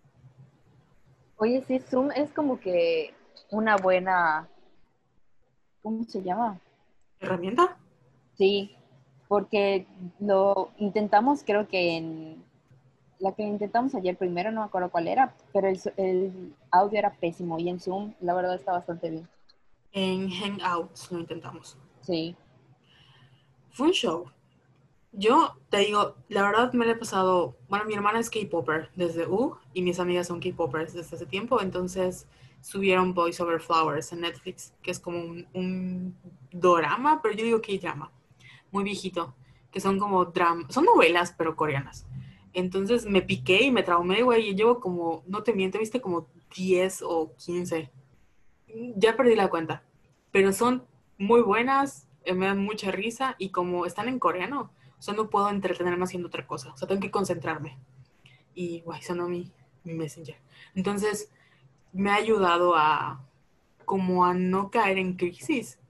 Oye, sí, Zoom es como que una buena, ¿cómo se llama? ¿Herramienta? Sí, porque lo intentamos, creo que en la que intentamos ayer primero, no me acuerdo cuál era, pero el audio era pésimo y en Zoom la verdad está bastante bien. En Hangouts lo intentamos. Sí. Fue un show. Yo te digo, la verdad me lo he pasado, bueno, mi hermana es K-Popper desde y mis amigas son K-Poppers desde hace tiempo, entonces subieron Boys Over Flowers en Netflix, que es como un dorama, pero yo digo K-drama, muy viejito, que son como son novelas, pero coreanas. Entonces me piqué y me traumé, güey, y llevo como, no te miento, viste como 10 o 15. Ya perdí la cuenta, pero son muy buenas, me dan mucha risa y como están en coreano, o sea, no puedo entretenerme haciendo otra cosa, o sea, tengo que concentrarme. Y, guay, sonó mi Messenger. Entonces, me ha ayudado como a no caer en crisis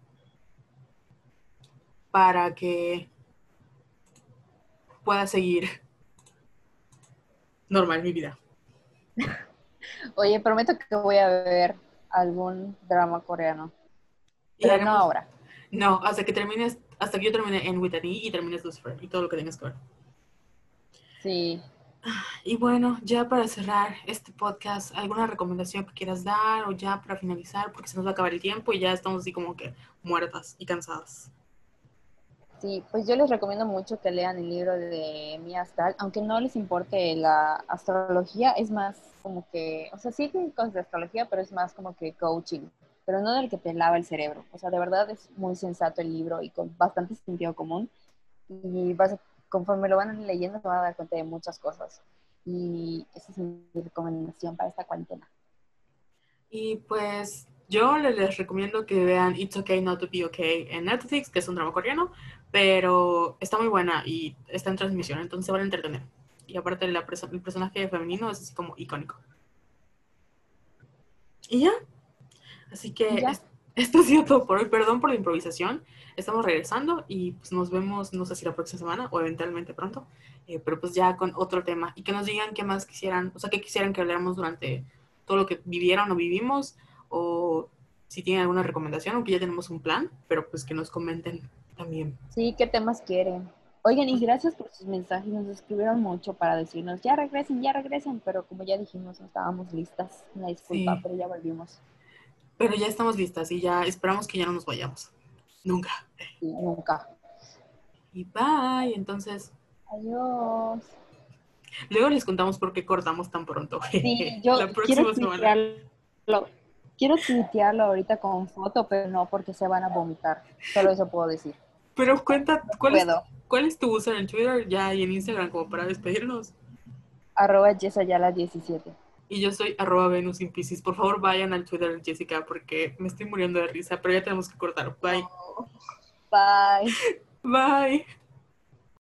para que pueda seguir normal mi vida. Oye, prometo que voy a ver algún drama coreano, Y pero no haremos, ahora. no, hasta que yo termine en With an E y termines Lucifer y todo lo que tengas que ver. Sí, Y bueno, ya para cerrar este podcast, ¿alguna recomendación que quieras dar o ya para finalizar? Porque se nos va a acabar el tiempo y ya estamos así como que muertas y cansadas. sí, pues yo les recomiendo mucho que lean el libro de Mia Stahl, aunque no les importe la astrología, es más como que, o sea, sí tiene cosas de astrología, pero es más como que coaching, pero no del que te lava el cerebro. O sea, de verdad es muy sensato el libro y con bastante sentido común. Y conforme lo van leyendo, se van a dar cuenta de muchas cosas. Y esa es mi recomendación para esta cuarentena. Y pues yo les recomiendo que vean It's Okay Not to Be Okay en Netflix, que es un drama coreano, pero está muy buena y está en transmisión, entonces se van a entretener. Y aparte el personaje femenino es así como icónico. Y ya, así Y que ya, esto ha sido todo por hoy. Perdón por la improvisación. Estamos regresando y pues nos vemos, no sé si la próxima semana o eventualmente pronto, pero pues ya con otro tema. Y que nos digan qué más quisieran, o sea, qué quisieran que habláramos durante todo lo que vivieron o vivimos, o si tienen alguna recomendación, aunque ya tenemos un plan, pero pues que nos comenten también. sí, ¿qué temas quieren? Oigan, y gracias por sus mensajes. Nos escribieron mucho para decirnos, ya regresen, pero como ya dijimos, no estábamos listas. Una disculpa, Sí, pero ya volvimos. pero ya estamos listas y ya esperamos que ya no nos vayamos. Nunca. Sí, nunca. Y bye. Entonces, Adiós. luego les contamos por qué cortamos tan pronto. Sí, yo La próxima semana. quiero tuitearlo ahorita con foto, pero no porque se van a vomitar. Solo eso puedo decir. Pero cuenta, No ¿cuál es, puedo. cuál es tu user en Twitter ya y en Instagram como para despedirnos? @yesayala17. Y yo soy @Venus in Piscis. Por favor, vayan al Twitter de Jessica porque me estoy muriendo de risa, pero ya tenemos que cortar. Bye. Bye. Bye.